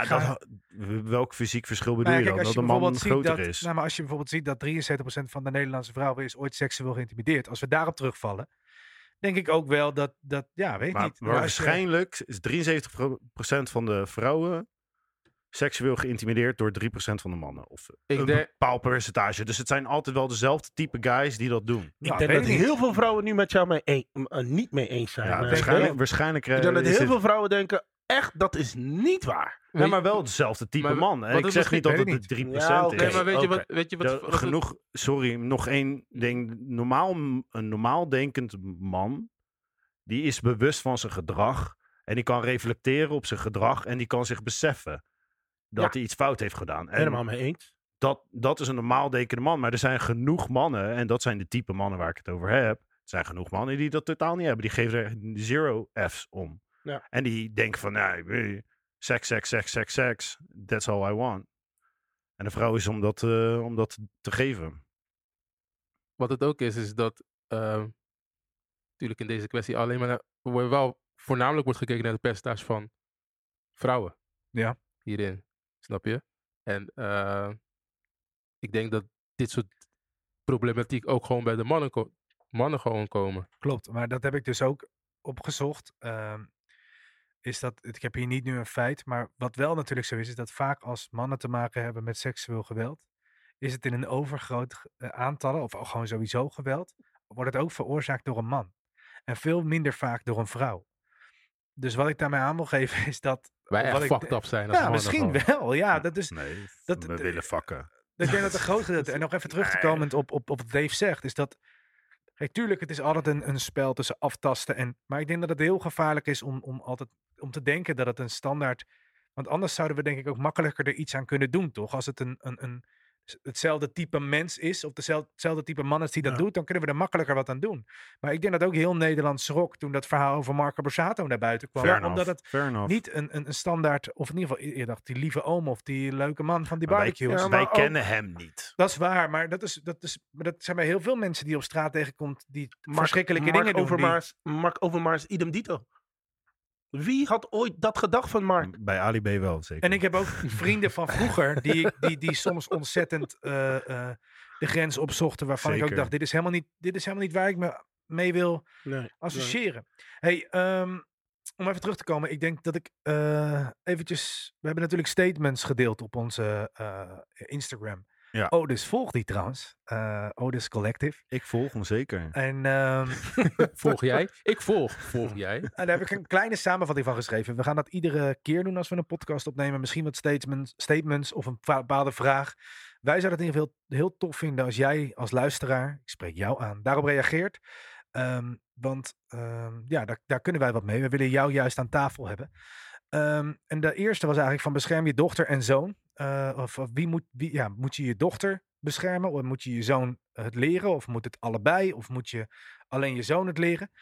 Speaker 1: welk fysiek verschil bedoel je dan? Dat een man groter is?
Speaker 2: Nou, maar als je bijvoorbeeld ziet dat 73% van de Nederlandse vrouwen is ooit seksueel geïntimideerd. Als we daarop terugvallen, denk ik ook wel dat weet ik niet.
Speaker 1: Maar waarschijnlijk is 73% van de vrouwen seksueel geïntimideerd door 3% van de mannen. Of een bepaald percentage. Dus het zijn altijd wel dezelfde type guys die dat doen.
Speaker 4: Ik denk dat heel veel vrouwen nu met jou niet mee eens zijn.
Speaker 1: Ja, waarschijnlijk.
Speaker 4: Ik denk dat heel veel vrouwen denken, echt, dat is niet waar.
Speaker 1: Ja, maar wel hetzelfde type man. Hè? Ik zeg niet dat het de 3% is.
Speaker 3: Nee, maar weet je wat
Speaker 1: genoeg, sorry, nog één ding. Een normaal denkend man, die is bewust van zijn gedrag. En die kan reflecteren op zijn gedrag. En die kan zich beseffen dat hij iets fout heeft gedaan. En
Speaker 4: helemaal mee eens.
Speaker 1: Dat is een normaal denkende man. Maar er zijn genoeg mannen, en dat zijn de type mannen waar ik het over heb. Er zijn genoeg mannen die dat totaal niet hebben. Die geven er 0 F's om.
Speaker 4: Ja.
Speaker 1: En die denken van, nou, seks. That's all I want. En de vrouw is om dat te geven.
Speaker 3: Wat het ook is dat natuurlijk in deze kwestie alleen maar wel voornamelijk wordt gekeken naar het percentage van vrouwen.
Speaker 2: Ja.
Speaker 3: Hierin. Snap je? En ik denk dat dit soort problematiek ook gewoon bij de mannen gewoon komen.
Speaker 2: Klopt, maar dat heb ik dus ook opgezocht. is dat, ik heb hier niet nu een feit, maar wat wel natuurlijk zo is dat vaak als mannen te maken hebben met seksueel geweld, is het in een overgroot aantallen, of gewoon sowieso geweld, wordt het ook veroorzaakt door een man. En veel minder vaak door een vrouw. Dus wat ik daarmee aan wil geven is dat...
Speaker 3: Wij echt fucked up zijn als
Speaker 2: Ja,
Speaker 3: mannen
Speaker 2: misschien
Speaker 3: gewoon.
Speaker 2: wel. Ja, dat is...
Speaker 1: Nee,
Speaker 2: dat-
Speaker 1: we willen vakken.
Speaker 2: Ik denk dat een groot gedeelte, en nog even terug te komen op wat Dave zegt, is dat, kijk, tuurlijk, het is altijd een spel tussen aftasten, maar ik denk dat het heel gevaarlijk is om te denken dat het een standaard, want anders zouden we denk ik ook makkelijker er iets aan kunnen doen, toch? Als het hetzelfde type mens is, of hetzelfde type man is die dat doet, dan kunnen we er makkelijker wat aan doen. Maar ik denk dat ook heel Nederland schrok toen dat verhaal over Marco Borsato naar buiten kwam. Omdat het niet een standaard, of in ieder geval, je dacht die lieve oom of die leuke man van die barbecue was.
Speaker 1: Wij kennen hem niet.
Speaker 2: Dat is waar, maar dat zijn bij heel veel mensen die op straat tegenkomt die verschrikkelijke dingen doen.
Speaker 4: Mark Overmars, idem dito. Wie had ooit dat gedacht van Mark?
Speaker 1: Bij Ali B wel, zeker.
Speaker 2: En ik heb ook vrienden van vroeger die soms ontzettend de grens opzochten, waarvan ik ook dacht, dit is helemaal niet waar ik me mee wil associëren. Hey, om even terug te komen, ik denk dat ik eventjes... We hebben natuurlijk statements gedeeld op onze Instagram.
Speaker 1: Ja.
Speaker 2: Otis volgt die trouwens. Otis Collective.
Speaker 1: Ik volg hem zeker.
Speaker 2: En
Speaker 3: Volg jij? Ik volg jij?
Speaker 2: en daar heb ik een kleine samenvatting van geschreven. We gaan dat iedere keer doen als we een podcast opnemen. Misschien wat statements of een bepaalde vraag. Wij zouden het in ieder geval heel tof vinden als jij als luisteraar, ik spreek jou aan, daarop reageert. Want daar kunnen wij wat mee. We willen jou juist aan tafel hebben. En de eerste was eigenlijk van bescherm je dochter en zoon. Moet je je dochter beschermen? Of moet je je zoon het leren? Of moet het allebei? Of moet je alleen je zoon het leren?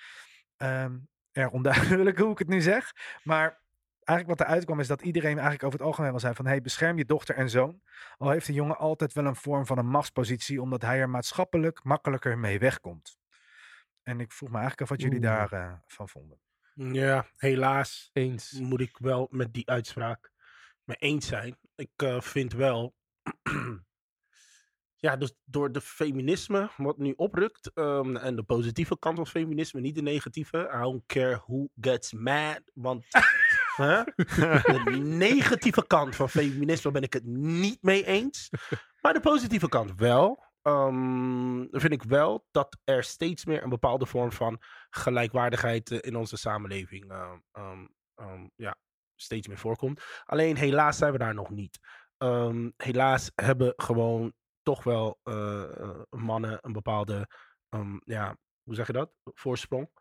Speaker 2: Erg onduidelijk hoe ik het nu zeg. Maar eigenlijk wat eruit kwam is dat iedereen eigenlijk over het algemeen wel zei van hey, bescherm je dochter en zoon. Al heeft de jongen altijd wel een vorm van een machtspositie, omdat hij er maatschappelijk makkelijker mee wegkomt. En ik vroeg me eigenlijk af wat jullie daarvan vonden.
Speaker 4: Ja, helaas
Speaker 3: Eens.
Speaker 4: moet ik wel met die uitspraak mee eens zijn. Ik vind wel... ja, dus door de feminisme wat nu oprukt, en de positieve kant van feminisme, niet de negatieve. I don't care who gets mad, want de negatieve kant van feminisme ben ik het niet mee eens. Maar de positieve kant wel. Vind ik wel dat er steeds meer een bepaalde vorm van gelijkwaardigheid in onze samenleving steeds meer voorkomt. Alleen helaas zijn we daar nog niet. Helaas hebben gewoon toch wel mannen een bepaalde, hoe zeg je dat? Voorsprong.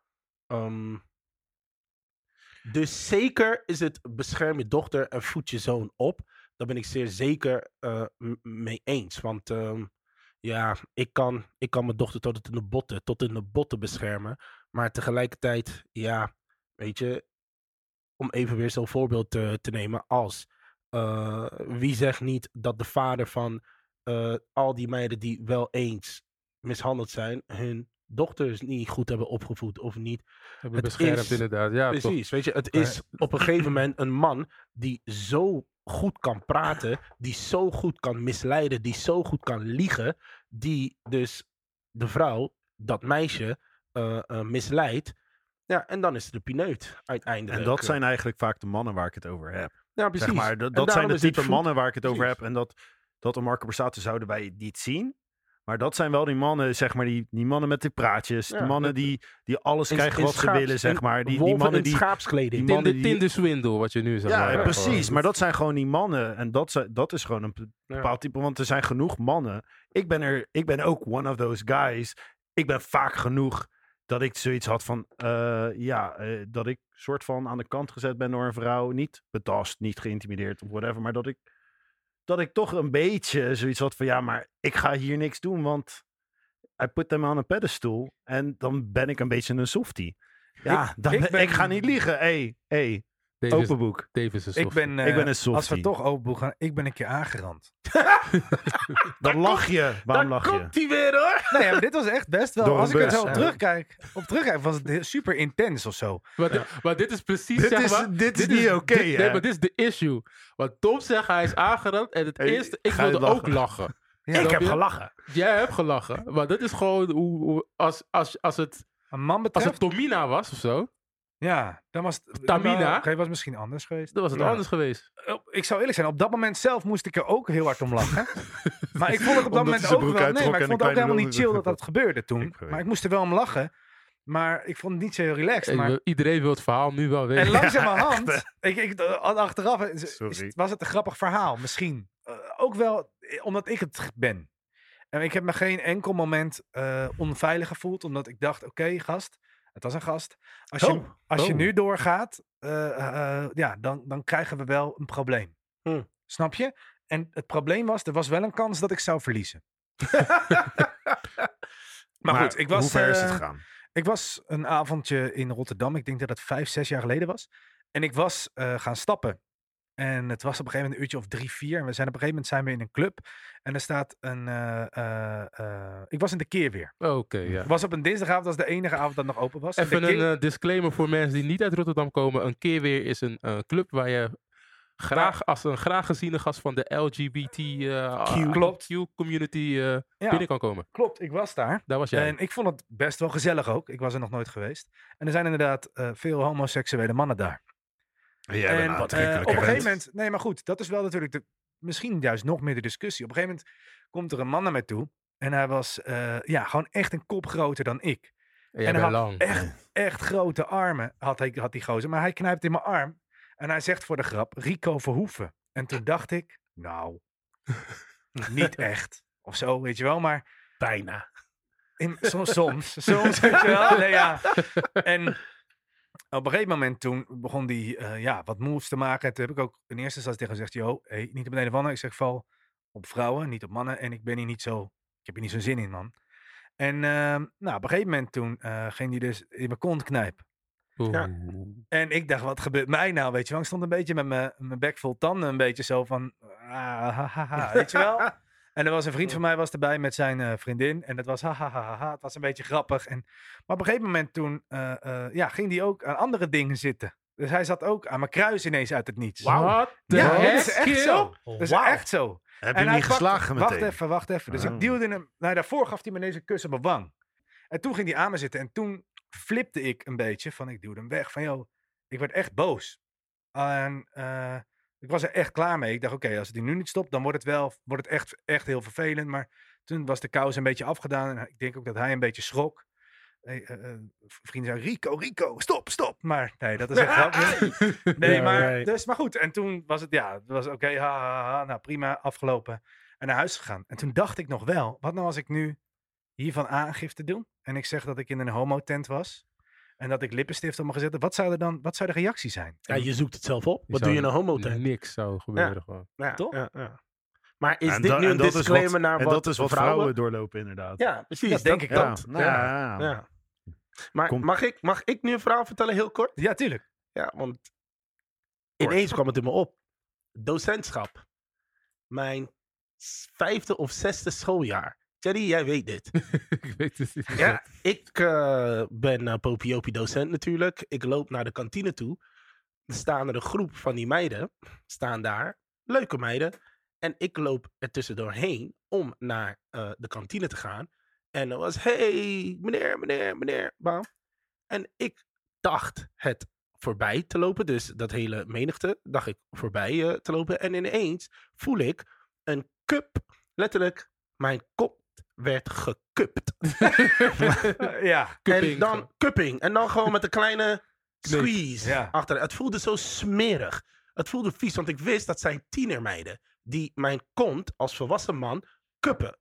Speaker 4: Dus zeker is het bescherm je dochter en voed je zoon op. Daar ben ik zeer zeker mee eens. Want ik kan mijn dochter tot in de botten beschermen. Maar tegelijkertijd, weet je, om even weer zo'n voorbeeld te nemen als wie zegt niet dat de vader van al die meiden die wel eens mishandeld zijn, hun dochters niet goed hebben opgevoed of niet.
Speaker 3: Hebben beschermd inderdaad. Ja,
Speaker 4: precies, weet je, het is op een gegeven moment een man die zo goed kan praten, die zo goed kan misleiden, die zo goed kan liegen, die dus de vrouw, dat meisje, misleidt. Ja, en dan is het de pineut uiteindelijk.
Speaker 1: En dat zijn eigenlijk vaak de mannen waar ik het over heb.
Speaker 4: Ja, precies.
Speaker 1: Zeg maar, dat zijn de type mannen waar ik het over heb. En dat een Marco Borsato zouden wij niet zien. Maar dat zijn wel die mannen, zeg maar, die mannen met die praatjes. Die mannen die alles krijgen wat ze willen, zeg maar. Die mannen die
Speaker 4: schaapskleding.
Speaker 3: Tinderswindel, wat je nu zegt.
Speaker 1: Ja, precies. Maar dat zijn gewoon die mannen. En dat is gewoon een bepaald type. Want er zijn genoeg mannen. Ik ben ook one of those guys. Ik ben vaak genoeg dat ik zoiets had van, dat ik soort van aan de kant gezet ben door een vrouw. Niet betast, niet geïntimideerd of whatever. Maar dat ik toch een beetje zoiets had van, ja, maar ik ga hier niks doen, want I put them on a pedestal. En dan ben ik een beetje een softie. Ja, ik ga niet liegen. Hey. Open boek.
Speaker 3: Davis is
Speaker 2: ik ben
Speaker 3: een
Speaker 2: softie. Als we toch open boek gaan, ik ben een keer aangerand.
Speaker 1: Dan lach je. Waarom lach je?
Speaker 4: Daar komt hij weer, hoor.
Speaker 2: Nee, maar dit was echt best wel...
Speaker 1: Door
Speaker 2: als ik
Speaker 1: een
Speaker 2: het
Speaker 1: bus.
Speaker 2: zo terugkijk, was het super intens of zo.
Speaker 3: Maar dit is precies,
Speaker 1: Dit
Speaker 3: zeg
Speaker 1: is-
Speaker 3: maar...
Speaker 1: dit is niet oké,
Speaker 3: Nee,
Speaker 1: hè?
Speaker 3: maar dit is de issue. Want Tom zegt, hij is aangerand. En het eerste, ik
Speaker 1: ga je
Speaker 3: wilde
Speaker 1: lachen?
Speaker 3: ook lachen.
Speaker 2: Ja,
Speaker 4: Ik
Speaker 3: Snap
Speaker 4: heb
Speaker 3: je?
Speaker 4: gelachen.
Speaker 3: Jij hebt gelachen. Maar dat is gewoon hoe als het
Speaker 2: een man
Speaker 3: Als
Speaker 2: betreft...
Speaker 3: het Tomina was of zo,
Speaker 2: Ja, dan was
Speaker 3: Tamina?
Speaker 2: Oké, was misschien anders geweest.
Speaker 3: Dat was het
Speaker 4: Ja.
Speaker 3: anders geweest.
Speaker 2: Ik zou eerlijk zijn, op dat moment zelf moest ik er ook heel hard om lachen. Maar ik vond het op dat
Speaker 1: Omdat hij
Speaker 2: moment
Speaker 1: zijn
Speaker 2: ook
Speaker 1: broek
Speaker 2: wel... Nee,
Speaker 1: uittrok
Speaker 2: maar ik
Speaker 1: en
Speaker 2: vond
Speaker 1: een
Speaker 2: het ook helemaal
Speaker 1: kleine
Speaker 2: niet chill dat
Speaker 1: bilde
Speaker 2: dat gebeurde toen.
Speaker 1: Ik weet
Speaker 2: Maar ik moest er wel om lachen. Maar ik vond het niet zo heel relaxed. Maar...
Speaker 3: Iedereen wil het verhaal nu wel weten.
Speaker 2: En langzamerhand, achteraf
Speaker 1: Sorry.
Speaker 2: was het een grappig verhaal, misschien. Ook wel omdat ik het ben. En ik heb me geen enkel moment onveilig gevoeld, omdat ik dacht, oké, gast, het was een gast. Als je nu doorgaat, ja, dan krijgen we wel een probleem. Snap je? En het probleem was, er was wel een kans dat ik zou verliezen. maar goed, ik was...
Speaker 1: Hoe ver is het gegaan?
Speaker 2: Ik was een avondje in Rotterdam. Ik denk dat het 5, 6 jaar geleden was. En ik was gaan stappen. En het was op een gegeven moment een uurtje of 3, 4. En we zijn op een gegeven moment zijn we in een club. En er staat een... ik was in de Keerweer.
Speaker 3: Oké, ja.
Speaker 2: Ik was op een dinsdagavond. Dat was de enige avond dat nog open was.
Speaker 3: Even
Speaker 2: De
Speaker 3: een disclaimer voor mensen die niet uit Rotterdam komen. Een Keerweer is een club waar je als een graag geziene gast van de LGBTQ-community binnen kan komen.
Speaker 2: Klopt, ik was daar.
Speaker 3: Daar was jij.
Speaker 2: En ik vond het best wel gezellig ook. Ik was er nog nooit geweest. En er zijn inderdaad veel homoseksuele mannen daar.
Speaker 1: Jij bent een
Speaker 2: op
Speaker 1: aantrekkelijke
Speaker 2: een gegeven
Speaker 1: vent.
Speaker 2: moment... Nee, maar goed. Dat is wel natuurlijk misschien juist nog meer de discussie. Op een gegeven moment komt er een man naar mij toe. En hij was gewoon echt een kop groter dan ik.
Speaker 3: En jij
Speaker 2: en
Speaker 3: bent
Speaker 2: hij
Speaker 3: lang.
Speaker 2: had echt grote armen, had die gozer. Maar hij knijpt in mijn arm. En hij zegt voor de grap, Rico Verhoeven. En toen dacht ik, nou, niet echt. Of zo, weet je wel. Maar
Speaker 4: Bijna.
Speaker 2: soms, weet je wel. Nee, ja. En op een gegeven moment toen begon die wat moves te maken. En toen heb ik ook in eerste instantie tegen hem gezegd, hey, niet op beneden van. Ik zeg, val op vrouwen, niet op mannen. En ik ben hier niet zo, ik heb hier niet zo'n zin in, man. En op een gegeven moment toen ging hij dus in mijn kont knijpen.
Speaker 4: Ja.
Speaker 2: En ik dacht, wat gebeurt mij nou, weet je wel? Ik stond een beetje met mijn bek vol tanden, een beetje zo van, weet je wel? En er was een vriend van mij was erbij met zijn vriendin. En dat was het was een beetje grappig. Maar op een gegeven moment toen ging hij ook aan andere dingen zitten. Dus hij zat ook aan mijn kruis ineens uit het niets.
Speaker 3: Wat?
Speaker 2: Ja, dat is echt zo. Dat is
Speaker 4: Wauw.
Speaker 2: echt zo.
Speaker 1: Heb
Speaker 2: En
Speaker 1: je hem
Speaker 2: hij
Speaker 1: niet geslagen meteen?
Speaker 2: Wacht even. Dus ik duwde hem. Nou, daarvoor gaf hij me ineens een kus op mijn wang. En toen ging hij aan me zitten. En toen flipte ik een beetje. Ik duwde hem weg. Ik werd echt boos. En ik was er echt klaar mee. Ik dacht, oké, als het nu niet stopt, dan wordt het echt heel vervelend. Maar toen was de kous een beetje afgedaan. En ik denk ook dat hij een beetje schrok. Vrienden zei, Rico, stop. Maar nee, dat is echt grapje. Nee, maar goed. En toen was het, oké, nou prima, afgelopen. En naar huis gegaan. En toen dacht ik nog wel, wat nou als ik nu hiervan aangifte doe? En ik zeg dat ik in een homotent was. En dat ik lippenstift op me gezet heb. Wat zou de reactie zijn?
Speaker 4: Ja, je zoekt het zelf op. Wat doe je in een homotent?
Speaker 3: Niks zou gebeuren gewoon.
Speaker 4: Ja,
Speaker 2: Toch?
Speaker 4: Ja. Maar is dit nu een disclaimer naar wat
Speaker 1: En dat is wat vrouwen doorlopen inderdaad.
Speaker 4: Ja, precies.
Speaker 2: Dat denk ik
Speaker 1: Ja,
Speaker 2: ook.
Speaker 1: ja.
Speaker 4: Maar mag ik nu een verhaal vertellen, heel kort?
Speaker 2: Ja, tuurlijk.
Speaker 4: Ja, want ineens kwam het in me op. Docentschap. Mijn 5e of 6e schooljaar. Jerry, jij weet dit.
Speaker 3: Ik weet het niet.
Speaker 4: Ja, ik ben Popiopie docent natuurlijk. Ik loop naar de kantine toe. Er staan er een groep van die meiden. Staan daar. Leuke meiden. En ik loop er tussendoorheen om naar de kantine te gaan. En er was, hey, meneer, bam. En ik dacht het voorbij te lopen. Dus dat hele menigte dacht ik voorbij te lopen. En ineens voel ik een cup. Letterlijk, mijn kop werd gekupt.
Speaker 2: Ja.
Speaker 4: En dan cupping. En dan gewoon met een kleine squeeze
Speaker 2: Ja.
Speaker 4: achter. Het voelde zo smerig. Het voelde vies, want ik wist dat zijn tienermeiden die mijn kont als volwassen man kuppen.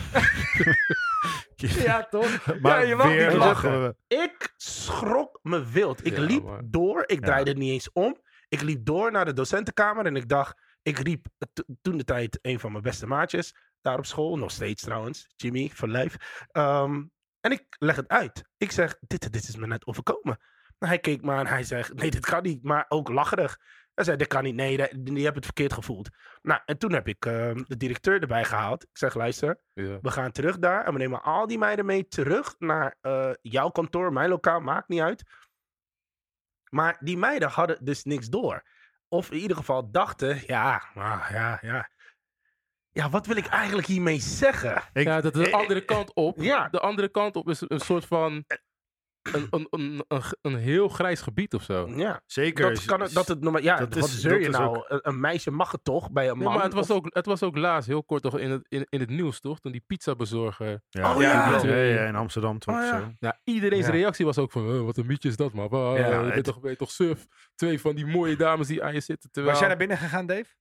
Speaker 2: Ja, toch?
Speaker 1: Maar
Speaker 2: je mag
Speaker 1: weer
Speaker 2: niet
Speaker 1: lachen we.
Speaker 4: Ik schrok me wild. Ik
Speaker 3: Ja,
Speaker 4: liep
Speaker 3: man.
Speaker 4: door. Ik draaide het niet eens om. Ik liep door naar de docentenkamer en ik dacht... Ik riep toen de tijd een van mijn beste maatjes daar op school. Nog steeds trouwens. Jimmy, van lijf. En ik leg het uit. Ik zeg, dit is me net overkomen. Hij keek me aan. Hij zegt, nee, dit kan niet. Maar ook lacherig. Hij zei, dit kan niet. Nee, je hebt het verkeerd gevoeld. Nou, en toen heb ik de directeur erbij gehaald. Ik zeg, luister,
Speaker 3: Ja.
Speaker 4: we gaan terug daar. En we nemen al die meiden mee terug naar jouw kantoor, mijn lokaal. Maakt niet uit. Maar die meiden hadden dus niks door. Of in ieder geval dachten, ja, wat wil ik eigenlijk hiermee zeggen?
Speaker 3: Ja, dat de andere kant op.
Speaker 4: Ja.
Speaker 3: De andere kant op is een soort van een heel grijs gebied of zo.
Speaker 4: Ja,
Speaker 1: Zeker.
Speaker 4: dat het normaal. Ja,
Speaker 1: dat
Speaker 4: dus
Speaker 1: wat-
Speaker 4: zeur je
Speaker 1: dat is
Speaker 4: nou. Een meisje mag het toch bij een
Speaker 3: Nee,
Speaker 4: man?
Speaker 3: maar
Speaker 4: Of-
Speaker 3: het was ook laatst heel kort toch in het nieuws, toch? Toen die pizzabezorger...
Speaker 1: Ja,
Speaker 4: Oh, ja.
Speaker 1: klopt. Ja, in Amsterdam toch
Speaker 4: Oh, ja.
Speaker 1: zo.
Speaker 3: Nou, iedereen's
Speaker 2: Ja.
Speaker 3: reactie was ook van, wat een mietje is dat, man.
Speaker 1: Ja,
Speaker 3: Ben je toch suf? 2 van die mooie dames die aan je zitten. Terwijl...
Speaker 2: Was jij naar binnen gegaan, Dave?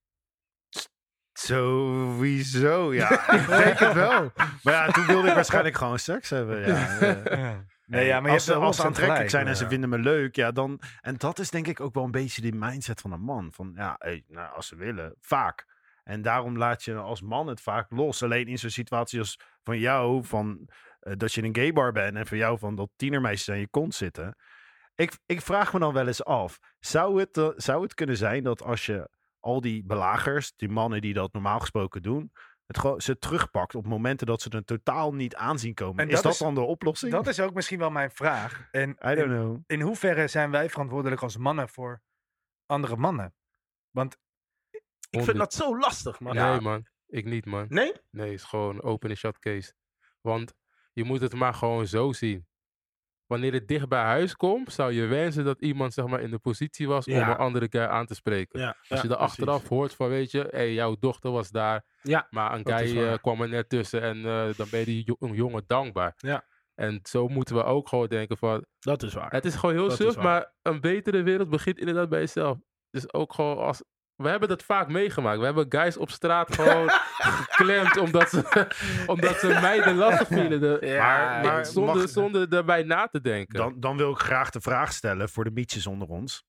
Speaker 1: Sowieso, ja. Ik denk het wel. Maar ja, toen wilde ik waarschijnlijk gewoon seks hebben. Ja,
Speaker 2: Nee, ja, maar je
Speaker 1: als
Speaker 2: hebt
Speaker 1: ze, als ze
Speaker 2: 100%
Speaker 1: aantrekkelijk
Speaker 2: gelijk.
Speaker 1: zijn en ze
Speaker 2: Ja.
Speaker 1: vinden me leuk, ja, dan... En dat is denk ik ook wel een beetje de mindset van een man. Van, ja, hey, nou, als ze willen, vaak. En daarom laat je als man het vaak los. Alleen in zo'n situatie als van jou, van, dat je in een gaybar bent... en van jou van dat tienermeisjes aan je kont zitten. Ik vraag me dan wel eens af, zou het kunnen zijn dat als je al die belagers, die mannen die dat normaal gesproken doen... ze terugpakt op momenten dat ze er totaal niet aanzien komen.
Speaker 2: En
Speaker 1: Is
Speaker 2: dat
Speaker 1: dat
Speaker 2: is-
Speaker 1: dan de oplossing?
Speaker 2: Dat is ook misschien wel mijn vraag. En
Speaker 1: I don't know.
Speaker 2: in hoeverre zijn wij verantwoordelijk als mannen voor andere mannen? Want
Speaker 4: Ik vind dat zo lastig, man.
Speaker 3: Nee, man. Ik niet, man.
Speaker 4: Nee?
Speaker 3: Nee, het is gewoon open en shut case. Want je moet het maar gewoon zo zien. Wanneer het dicht bij huis komt, zou je wensen dat iemand zeg maar in de positie was om
Speaker 4: Ja.
Speaker 3: een andere guy aan te spreken.
Speaker 4: Ja.
Speaker 3: Als je er achteraf hoort van, weet je, hey, jouw dochter was daar,
Speaker 4: Ja,
Speaker 3: maar een
Speaker 4: dat is
Speaker 3: guy
Speaker 4: waar.
Speaker 3: kwam er net tussen en dan ben je die jongen dankbaar.
Speaker 4: Ja.
Speaker 3: En zo moeten we ook gewoon denken van,
Speaker 4: dat is waar.
Speaker 3: het is gewoon heel
Speaker 4: Dat is
Speaker 3: suf,
Speaker 4: waar.
Speaker 3: maar een betere wereld begint inderdaad bij jezelf. Dus ook gewoon als... We hebben dat vaak meegemaakt. We hebben guys op straat gewoon geklemd omdat ze meiden lastig vielen.
Speaker 1: Maar
Speaker 3: Zonder daarbij na te denken.
Speaker 1: Dan wil ik graag de vraag stellen voor de mietjes onder ons.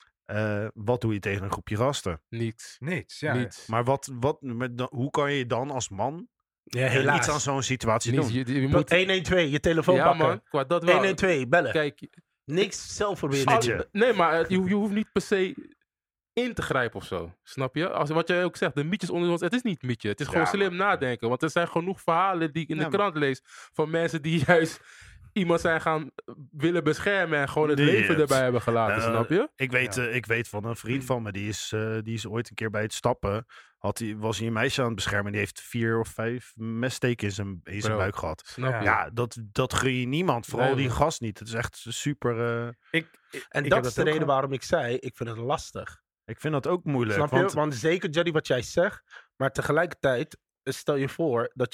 Speaker 1: Wat doe je tegen een groepje gasten?
Speaker 3: Niets.
Speaker 2: niets. Ja.
Speaker 3: Niets.
Speaker 1: Maar hoe kan je dan als man
Speaker 4: Ja, helaas.
Speaker 1: iets aan zo'n situatie
Speaker 3: Niets.
Speaker 1: doen?
Speaker 3: Je moet...
Speaker 4: 112, je telefoon
Speaker 3: Ja
Speaker 4: pakken.
Speaker 3: man, qua dat wel.
Speaker 4: 112, bellen.
Speaker 3: Kijk,
Speaker 4: Niks zelf proberen.
Speaker 1: Snitchen.
Speaker 3: nee, maar je hoeft niet per se in te grijpen of zo. Snap je? Wat jij ook zegt, de mietjes onder ons, het is niet mietje. Het is gewoon
Speaker 1: Ja,
Speaker 3: slim nadenken. Want er zijn genoeg verhalen die ik in de krant lees van mensen die juist iemand zijn gaan willen beschermen en gewoon het
Speaker 1: Die
Speaker 3: leven
Speaker 1: het.
Speaker 3: erbij hebben gelaten, snap je?
Speaker 1: Ik weet van een vriend van me, die is ooit een keer bij het stappen, was hij een meisje aan het beschermen en die heeft 4 of 5 messteken in zijn
Speaker 3: Bro.
Speaker 1: buik gehad.
Speaker 3: Snap je?
Speaker 1: Ja, dat gun je niemand. Vooral
Speaker 3: Nee,
Speaker 1: die
Speaker 3: man.
Speaker 1: gast niet. Het is echt super...
Speaker 4: En
Speaker 2: Ik
Speaker 4: dat
Speaker 2: heb
Speaker 4: is de
Speaker 2: ook
Speaker 4: reden
Speaker 2: wel.
Speaker 4: waarom ik zei, ik vind het lastig.
Speaker 1: ik vind dat ook moeilijk.
Speaker 4: Snap je? Want zeker, Jerry, wat jij zegt. Maar tegelijkertijd, stel je voor dat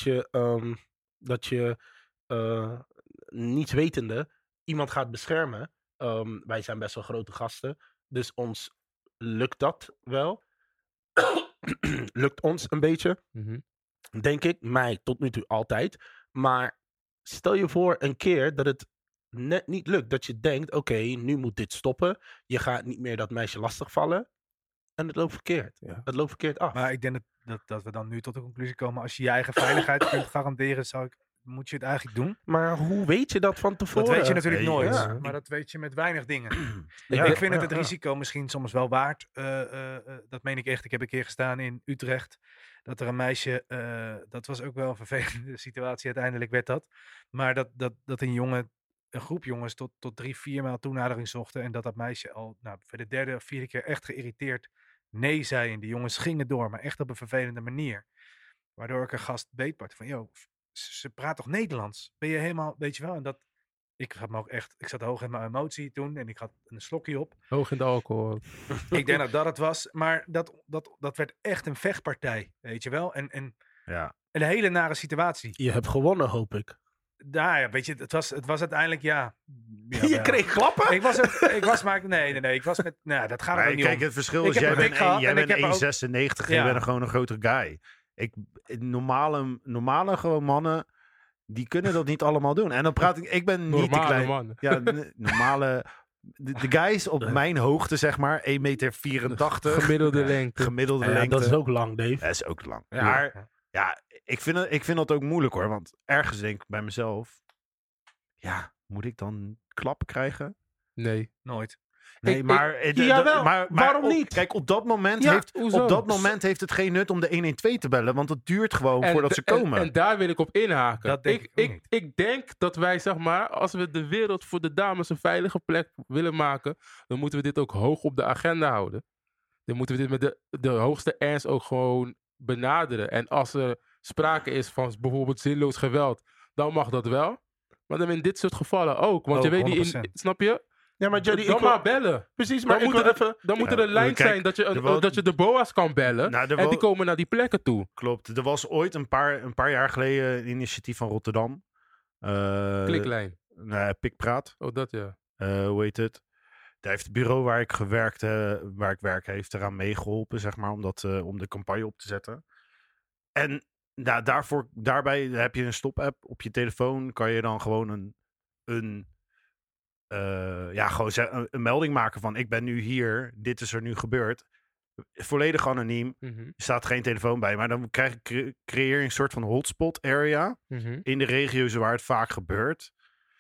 Speaker 4: je niets wetende iemand gaat beschermen. Wij zijn best wel grote gasten. Dus ons lukt dat wel. Lukt ons een beetje.
Speaker 3: Mhm.
Speaker 4: Denk ik. Mij tot nu toe altijd. Maar stel je voor een keer dat het net niet lukt. Dat je denkt, oké, nu moet dit stoppen. Je gaat niet meer dat meisje lastigvallen. En het loopt verkeerd.
Speaker 3: Ja.
Speaker 4: Het loopt verkeerd af.
Speaker 2: Maar ik denk dat we dan nu tot de conclusie komen. Als je je eigen veiligheid kunt garanderen, moet je het eigenlijk doen.
Speaker 4: Maar hoe weet je dat van tevoren?
Speaker 2: Dat weet je natuurlijk
Speaker 1: Nee,
Speaker 2: nooit.
Speaker 4: ja.
Speaker 2: Maar dat weet je met weinig dingen.
Speaker 4: Ja,
Speaker 2: Ik vind het
Speaker 4: ja, ja.
Speaker 2: risico misschien soms wel waard. Dat meen ik echt. Ik heb een keer gestaan in Utrecht. Dat er een meisje. Dat was ook wel een vervelende situatie. Uiteindelijk werd dat. Maar dat een groep jongens tot 3-4 maal toenadering zochten. En dat meisje al voor de 3e of 4e keer echt geïrriteerd nee zei. En die jongens gingen door. Maar echt op een vervelende manier. Waardoor ik een gast beetpakte van, joh, ze praat toch Nederlands? Ben je helemaal, weet je wel? En ik zat hoog in mijn emotie toen en ik had een slokje op.
Speaker 3: Hoog in de alcohol ook.
Speaker 2: Ik denk dat het was, maar dat werd echt een vechtpartij, weet je wel? En
Speaker 1: Ja.
Speaker 2: een hele nare situatie.
Speaker 4: Je hebt gewonnen, hoop ik.
Speaker 2: Daar, ja, weet je, het was uiteindelijk, ja.
Speaker 4: Je kreeg klappen?
Speaker 2: Ik was maar, nee, ik was met, nou, dat gaat er
Speaker 1: Maar
Speaker 2: ook niet
Speaker 1: kijk,
Speaker 2: om.
Speaker 1: het verschil
Speaker 2: Ik
Speaker 1: is,
Speaker 2: heb
Speaker 1: jij
Speaker 2: een
Speaker 1: bent
Speaker 2: pik gehad en ik heb ook-
Speaker 1: 1,96 en
Speaker 2: Ja.
Speaker 1: je bent gewoon een grotere guy. Normale gewoon mannen, die kunnen dat niet allemaal doen. En dan praat ik ben niet te
Speaker 3: Normale
Speaker 1: klein.
Speaker 3: man.
Speaker 1: Ja, normale... De guys op mijn hoogte, zeg maar, 1,84 meter.
Speaker 3: Gemiddelde lengte.
Speaker 1: Gemiddelde
Speaker 4: Ja,
Speaker 1: lengte.
Speaker 4: dat is ook lang, Dave.
Speaker 1: Dat is ook lang.
Speaker 4: Ja.
Speaker 1: Maar ja, ik vind dat ook moeilijk hoor. Want ergens denk ik bij mezelf... Ja, moet ik dan klappen krijgen?
Speaker 3: Nee.
Speaker 2: Nooit.
Speaker 1: Nee, maar...
Speaker 4: jawel, waarom niet?
Speaker 1: Kijk, op dat moment
Speaker 4: Ja,
Speaker 1: heeft het geen nut om de 112 te bellen. Want het duurt gewoon voordat ze komen.
Speaker 3: En daar wil ik op inhaken.
Speaker 2: Dat denk ik ook niet.
Speaker 3: Ik denk dat wij, zeg maar, als we de wereld voor de dames een veilige plek willen maken, dan moeten we dit ook hoog op de agenda houden. Dan moeten we dit met de hoogste ernst ook gewoon benaderen. En als er sprake is van bijvoorbeeld zinloos geweld, dan mag dat wel. Maar dan in dit soort gevallen ook. Want
Speaker 2: Ook,
Speaker 3: je weet niet,
Speaker 2: 100%.
Speaker 3: snap je?
Speaker 4: Ja, maar Jerry,
Speaker 3: Dan maar bellen.
Speaker 4: Precies, maar
Speaker 3: Dan
Speaker 4: ik
Speaker 3: moet,
Speaker 4: wil
Speaker 3: er,
Speaker 4: even...
Speaker 3: dan moet er een lijn
Speaker 1: kijk,
Speaker 3: zijn
Speaker 1: wel-
Speaker 3: dat je de BOA's kan bellen.
Speaker 1: Nou,
Speaker 3: En die komen naar die plekken toe.
Speaker 1: Klopt. Er was ooit een paar jaar geleden een initiatief van Rotterdam.
Speaker 3: Kliklijn.
Speaker 1: Nee, Pikpraat.
Speaker 3: Oh, dat ja.
Speaker 1: Hoe heet het? Daar heeft het bureau waar ik werk, heeft eraan meegeholpen, zeg maar, om de campagne op te zetten. En daarbij heb je een stop-app op je telefoon. Kan je dan gewoon een melding maken van ik ben nu hier, dit is er nu gebeurd. Volledig anoniem.
Speaker 3: Mhm.
Speaker 1: Er staat geen telefoon bij, maar dan creëer je een soort van hotspot area
Speaker 3: Mhm.
Speaker 1: in de regio's waar het vaak gebeurt.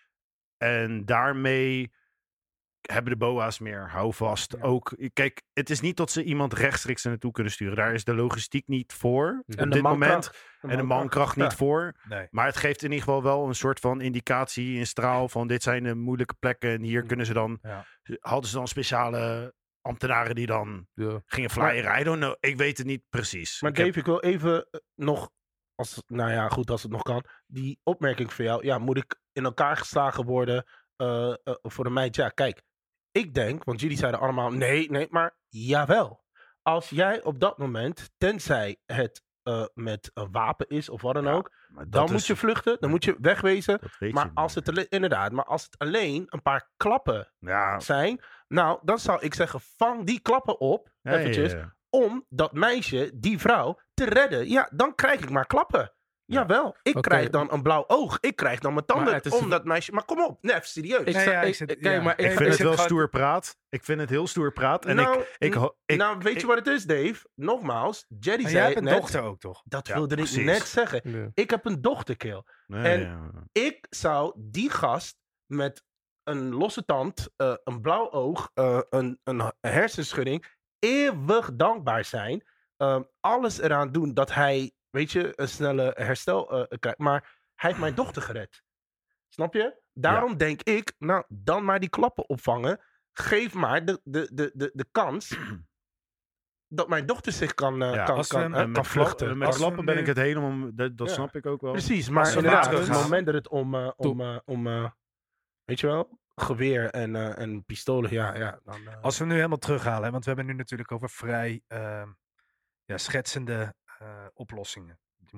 Speaker 1: En daarmee hebben de BOA's meer houvast.
Speaker 2: Ja.
Speaker 1: Ook, kijk, het is niet dat ze iemand rechtstreeks er naartoe kunnen sturen. Daar is de logistiek niet voor.
Speaker 3: En
Speaker 1: Op
Speaker 3: de
Speaker 1: dit moment. En de mankracht niet
Speaker 4: Ja.
Speaker 1: voor.
Speaker 2: Nee.
Speaker 1: Maar het geeft in ieder geval wel een soort van indicatie, een straal van dit zijn de moeilijke plekken. En hier kunnen ze dan,
Speaker 2: Ja.
Speaker 1: hadden ze dan speciale ambtenaren die dan
Speaker 3: Ja.
Speaker 1: gingen flyeren. I don't know. Ik weet het niet precies.
Speaker 4: Maar
Speaker 1: Ik heb-
Speaker 4: Dave, ik wil even nog, als het nog kan, die opmerking van jou. Ja, moet ik in elkaar geslagen worden voor een meid? Ja, kijk, ik denk, want jullie zeiden allemaal nee, maar jawel. Als jij op dat moment, tenzij het met een wapen is of wat dan ook,
Speaker 1: maar dat
Speaker 4: dan
Speaker 1: is-
Speaker 4: moet je vluchten, dan moet je wegwezen.
Speaker 1: dat weet
Speaker 4: Maar
Speaker 1: je
Speaker 4: als
Speaker 1: niet.
Speaker 4: het inderdaad, maar als het alleen een paar klappen
Speaker 1: Ja,
Speaker 4: zijn, nou, dan zou ik zeggen, vang die klappen op,
Speaker 1: ja,
Speaker 4: eventjes,
Speaker 1: ja.
Speaker 4: om dat meisje, die vrouw, te redden. Ja, dan krijg ik maar klappen. Jawel, ik
Speaker 3: Oké.
Speaker 4: krijg dan een blauw oog. Ik krijg dan mijn tanden
Speaker 3: het is-
Speaker 4: om dat meisje. Maar kom op, nee, even serieus.
Speaker 3: Ik
Speaker 2: Nee,
Speaker 3: zeg-
Speaker 2: ja,
Speaker 3: ik-
Speaker 2: ik zit-
Speaker 3: kijk,
Speaker 2: ja.
Speaker 3: maar
Speaker 1: Ik
Speaker 2: Ik
Speaker 1: vind
Speaker 2: zit
Speaker 1: het wel
Speaker 2: gewoon-
Speaker 1: stoer praat. Ik vind het heel stoer praat. En
Speaker 4: nou,
Speaker 1: ik
Speaker 4: weet je wat het is, Dave? Nogmaals, Jerry
Speaker 2: Maar jij
Speaker 4: zei
Speaker 2: hebt een
Speaker 4: net,
Speaker 2: dochter ook, toch?
Speaker 4: dat
Speaker 1: Ja,
Speaker 4: wilde ik
Speaker 1: precies.
Speaker 4: net zeggen.
Speaker 3: Ja.
Speaker 4: Ik heb een dochterkeel.
Speaker 1: Nee,
Speaker 4: en-
Speaker 1: ja.
Speaker 4: Ik zou die gast met een losse tand, een blauw oog, een hersenschudding, eeuwig dankbaar zijn. Alles eraan doen dat hij, weet je, een snelle herstel krijgt. Maar hij heeft mijn dochter gered. Snap je? Daarom denk ik, nou, dan maar die klappen opvangen. Geef maar de kans dat mijn dochter zich kan
Speaker 2: als we hem-
Speaker 1: En met
Speaker 4: vluchten.
Speaker 1: Met
Speaker 2: Als we
Speaker 1: klappen
Speaker 2: hem
Speaker 1: ben
Speaker 2: nu-
Speaker 1: ik het helemaal... Dat
Speaker 4: Ja.
Speaker 1: snap ik ook wel.
Speaker 4: Precies, maar
Speaker 2: we
Speaker 4: inderdaad,
Speaker 2: maar
Speaker 4: op het
Speaker 2: teruggaan.
Speaker 4: moment dat het om weet je wel, geweer en pistolen, ja dan...
Speaker 2: Als we hem nu helemaal terughalen, hè, want we hebben nu natuurlijk over vrij schetsende oplossingen.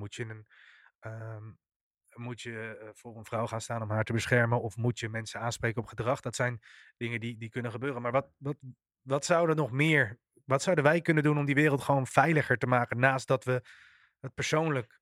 Speaker 2: Moet je voor een vrouw gaan staan om haar te beschermen, of moet je mensen aanspreken op gedrag? Dat zijn dingen die kunnen gebeuren. Maar wat zou er nog meer? Wat zouden wij kunnen doen om die wereld gewoon veiliger te maken, naast dat we het persoonlijk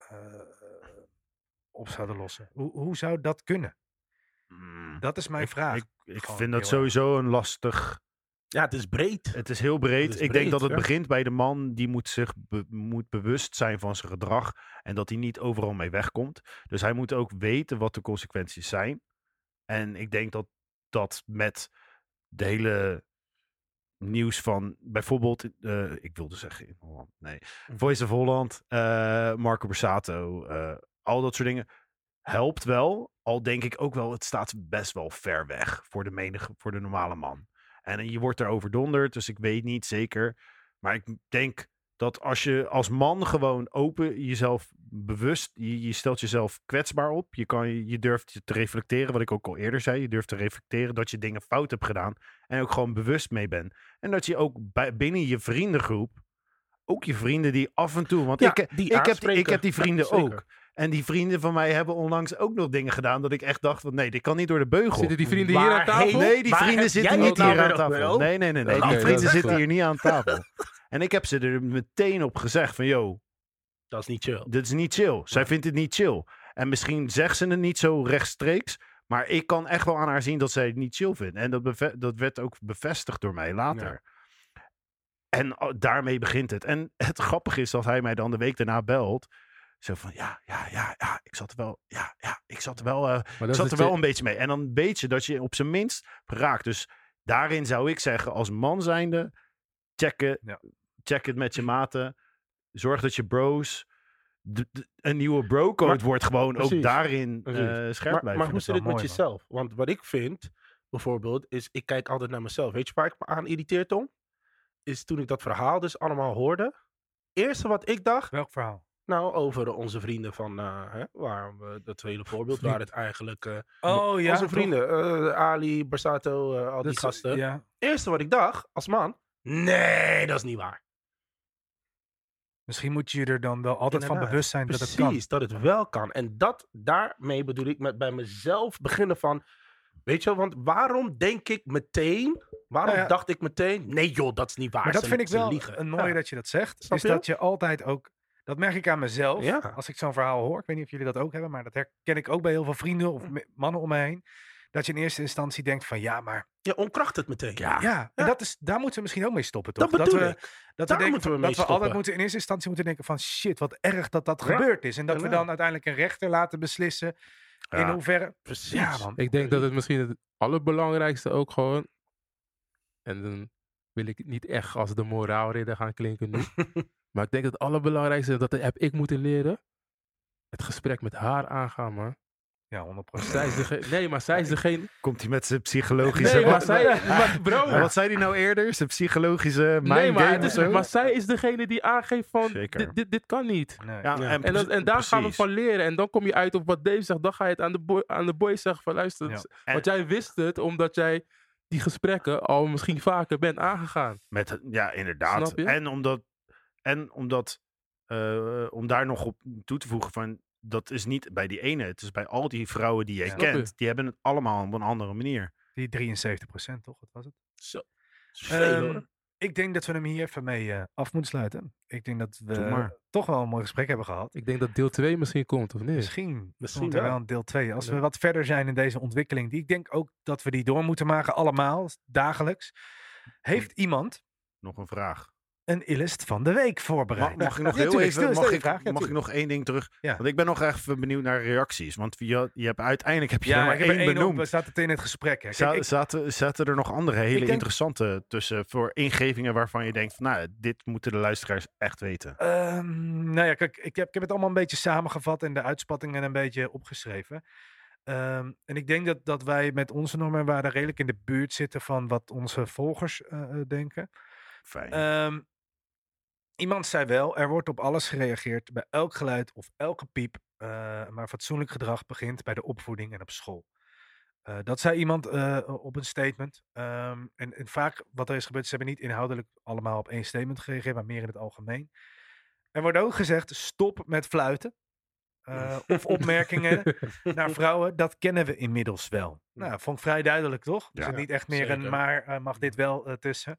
Speaker 2: op zouden lossen? Hoe zou dat kunnen?
Speaker 1: Mm.
Speaker 2: Dat is mijn vraag.
Speaker 1: Ik
Speaker 2: Gewoon
Speaker 1: vind dat
Speaker 2: heel
Speaker 1: sowieso een lastig...
Speaker 4: Ja, het is breed.
Speaker 1: Het is heel breed.
Speaker 4: Het is
Speaker 1: Ik
Speaker 4: breed,
Speaker 1: denk dat het
Speaker 4: ja.
Speaker 1: begint bij de man. Die moet zich moet bewust zijn van zijn gedrag. En dat hij niet overal mee wegkomt. Dus hij moet ook weten wat de consequenties zijn. En ik denk dat met de hele nieuws van bijvoorbeeld... ik wilde zeggen in Holland. Nee. Voice of Holland. Marco Borsato. Al dat soort dingen. Helpt wel. Al denk ik ook wel, het staat best wel ver weg voor de normale man. En je wordt erover donderd, dus ik weet niet zeker. Maar ik denk dat als je als man gewoon open jezelf bewust, je stelt jezelf kwetsbaar op. Je durft je te reflecteren, wat ik ook al eerder zei. Je durft te reflecteren dat je dingen fout hebt gedaan. En ook gewoon bewust mee bent. En dat je ook binnen je vriendengroep, ook je vrienden die af en toe... Want
Speaker 4: Ja,
Speaker 1: ik
Speaker 4: die aanspreken.
Speaker 1: heb die vrienden
Speaker 4: Ja, zeker.
Speaker 1: ook. En die vrienden van mij hebben onlangs ook nog dingen gedaan dat ik echt dacht van nee, dit kan niet door de beugel.
Speaker 3: Zitten die vrienden hier aan tafel?
Speaker 1: Nee, die
Speaker 4: Waar
Speaker 1: vrienden
Speaker 4: heb
Speaker 1: zitten
Speaker 4: jij
Speaker 1: niet
Speaker 4: het nou
Speaker 1: hier aan
Speaker 4: weer
Speaker 1: tafel.
Speaker 4: over?
Speaker 1: Nee.
Speaker 3: Oké,
Speaker 1: Die
Speaker 3: dat
Speaker 1: vrienden
Speaker 3: is
Speaker 1: zitten
Speaker 3: goed.
Speaker 1: hier niet aan tafel. En ik heb ze er meteen op gezegd van yo,
Speaker 4: Dat is niet chill.
Speaker 1: dit is niet chill. Zij vindt het niet chill. En misschien zegt ze het niet zo rechtstreeks, maar ik kan echt wel aan haar zien dat zij het niet chill vindt. En dat werd ook bevestigd door mij later. En daarmee begint het. En het grappige is dat hij mij dan de week daarna belt. Zo van, ja, ik zat er wel, ik zat er wel,
Speaker 3: Maar
Speaker 1: ik
Speaker 3: dat
Speaker 1: zat
Speaker 3: is
Speaker 1: er wel een beetje mee. En dan weet je dat je op zijn minst raakt. Dus daarin zou ik zeggen, als man zijnde, check het met je maten. Zorg dat je bros, een nieuwe bro-code
Speaker 4: Maar-
Speaker 1: wordt gewoon ook
Speaker 4: precies,
Speaker 1: daarin
Speaker 4: precies.
Speaker 1: scherp blijven.
Speaker 4: Maar hoe
Speaker 2: dat
Speaker 4: zit
Speaker 2: wel
Speaker 4: het met
Speaker 2: mooi,
Speaker 4: jezelf? Want wat ik vind, bijvoorbeeld, is ik kijk altijd naar mezelf. Weet je waar ik me aan irriteer, Tom? Is toen ik dat verhaal dus allemaal hoorde. Eerste wat ik dacht,
Speaker 2: Welk verhaal?
Speaker 4: Nou, over onze vrienden van, waar we dat hele voorbeeld waar het eigenlijk...
Speaker 2: Oh ja.
Speaker 4: onze vrienden, Ali, Borsato, al die gasten.
Speaker 2: Ja.
Speaker 4: Eerste wat ik dacht, als man, nee, dat is niet waar.
Speaker 2: Misschien moet je er dan wel altijd van
Speaker 4: Inderdaad.
Speaker 2: bewust zijn dat het
Speaker 4: Precies,
Speaker 2: kan.
Speaker 4: dat het wel kan. En daarmee bedoel ik met bij mezelf beginnen van... Weet je wel, want waarom denk ik meteen... Waarom
Speaker 2: Nou ja.
Speaker 4: dacht ik meteen... Nee joh, dat is niet waar.
Speaker 2: Maar dat
Speaker 4: ze-
Speaker 2: vind ik
Speaker 4: ze
Speaker 2: wel
Speaker 4: liegen.
Speaker 2: een mooie
Speaker 4: Ja.
Speaker 2: dat je dat zegt.
Speaker 4: Snap
Speaker 2: Is
Speaker 4: je?
Speaker 2: dat je altijd ook... Dat merk ik aan mezelf.
Speaker 4: Ja.
Speaker 2: Als ik zo'n verhaal hoor. Ik weet niet of jullie dat ook hebben. Maar dat herken ik ook bij heel veel vrienden of mannen om me heen. Dat je in eerste instantie denkt van ja, maar...
Speaker 4: Je onkracht het meteen.
Speaker 2: Ja, en dat is, daar moeten we misschien ook mee stoppen, toch?
Speaker 4: Dat bedoel
Speaker 2: we,
Speaker 4: ik.
Speaker 2: Dat
Speaker 4: Daar
Speaker 2: we, denken,
Speaker 4: moeten we mee
Speaker 2: dat we
Speaker 4: stoppen.
Speaker 2: altijd moeten in eerste instantie moeten denken van shit, wat erg dat dat
Speaker 4: Ja,
Speaker 2: gebeurd is. En dat we
Speaker 4: inderdaad.
Speaker 2: dan uiteindelijk een rechter laten beslissen in
Speaker 1: Ja.
Speaker 2: hoeverre...
Speaker 4: Precies.
Speaker 2: Ja, man.
Speaker 3: Ik denk dat het misschien het allerbelangrijkste ook gewoon... En dan wil ik niet echt als de moraalridder gaan klinken nu. Maar ik denk dat het allerbelangrijkste, dat heb ik moeten leren. Het gesprek met haar aangaan, man.
Speaker 2: Ja, 100%.
Speaker 3: Zij is degene... Nee, maar zij is degene...
Speaker 1: Komt hij met zijn psychologische...
Speaker 3: Nee, maar zij... Maar bro...
Speaker 1: Maar wat zei hij nou eerder? Zijn psychologische
Speaker 3: Nee,
Speaker 1: mind
Speaker 3: maar,
Speaker 1: game
Speaker 3: het
Speaker 1: of
Speaker 3: is,
Speaker 1: zo?
Speaker 3: maar zij is degene die aangeeft van...
Speaker 1: Zeker.
Speaker 3: Dit kan niet.
Speaker 2: Nee.
Speaker 1: Ja,
Speaker 4: Ja.
Speaker 3: En daar gaan we
Speaker 1: precies.
Speaker 3: van leren. En dan kom je uit op wat Dave zegt. Dan ga je het aan de boys zeggen van luister.
Speaker 2: Ja.
Speaker 3: Want jij wist het omdat jij die gesprekken al misschien vaker bent aangegaan.
Speaker 1: Ja, inderdaad.
Speaker 3: Snap je?
Speaker 1: Om daar nog op toe te voegen van... Dat is niet bij die ene. Het is bij al die vrouwen die jij
Speaker 2: Ja.
Speaker 3: Snap
Speaker 1: kent.
Speaker 3: je?
Speaker 1: Die hebben het allemaal op een andere manier.
Speaker 2: Die 73%, toch? Wat was het?
Speaker 4: Zo. Dat is veel,
Speaker 2: Ehm,
Speaker 4: hoor.
Speaker 2: ik denk dat we hem hier even mee af moeten sluiten. Ik denk dat
Speaker 1: Doe
Speaker 2: we
Speaker 1: maar.
Speaker 2: toch wel een mooi gesprek hebben gehad.
Speaker 3: Ik denk dat deel 2 misschien komt, of niet?
Speaker 2: Misschien
Speaker 4: Misschien
Speaker 2: komt er
Speaker 4: wel.
Speaker 2: wel een deel 2. Als we
Speaker 4: Ja.
Speaker 2: wat verder zijn in deze ontwikkeling, die ik denk ook dat we die door moeten maken, allemaal, dagelijks. Heeft iemand
Speaker 1: Nog een vraag.
Speaker 2: een illest van de week voorbereid?
Speaker 1: Mag ik nog
Speaker 2: Ja,
Speaker 1: heel
Speaker 2: tuurlijk,
Speaker 1: even...
Speaker 2: stel je vraag. Ja,
Speaker 1: Mag ik
Speaker 2: tuurlijk.
Speaker 1: nog één ding terug?
Speaker 2: Ja.
Speaker 1: Want ik ben nog even benieuwd naar reacties. Want je hebt uiteindelijk heb je
Speaker 2: Ja,
Speaker 1: er maar
Speaker 2: ik heb er
Speaker 1: één
Speaker 2: één op.
Speaker 1: benoemd.
Speaker 2: We zaten het in het gesprek. Hè. Kijk,
Speaker 1: Zaten er nog andere hele
Speaker 2: denk-
Speaker 1: interessante tussen voor ingevingen waarvan je denkt van nou, dit moeten de luisteraars echt weten.
Speaker 2: Nou ja, kijk, ik heb het allemaal een beetje samengevat en de uitspattingen een beetje opgeschreven. En ik denk dat wij met onze normen en waarden redelijk in de buurt zitten van wat onze volgers denken.
Speaker 1: Fijn.
Speaker 2: Iemand zei wel, er wordt op alles gereageerd, bij elk geluid of elke piep, maar fatsoenlijk gedrag begint bij de opvoeding en op school. Dat zei iemand op een statement. En vaak wat er is gebeurd, ze hebben niet inhoudelijk allemaal op één statement gereageerd, maar meer in het algemeen. Er wordt ook gezegd, stop met fluiten. Of opmerkingen naar vrouwen, dat kennen we inmiddels wel. Nou, vond ik vrij duidelijk, toch? Dus
Speaker 1: Ja,
Speaker 2: het niet echt meer
Speaker 4: zeker.
Speaker 2: een maar mag dit wel tussen.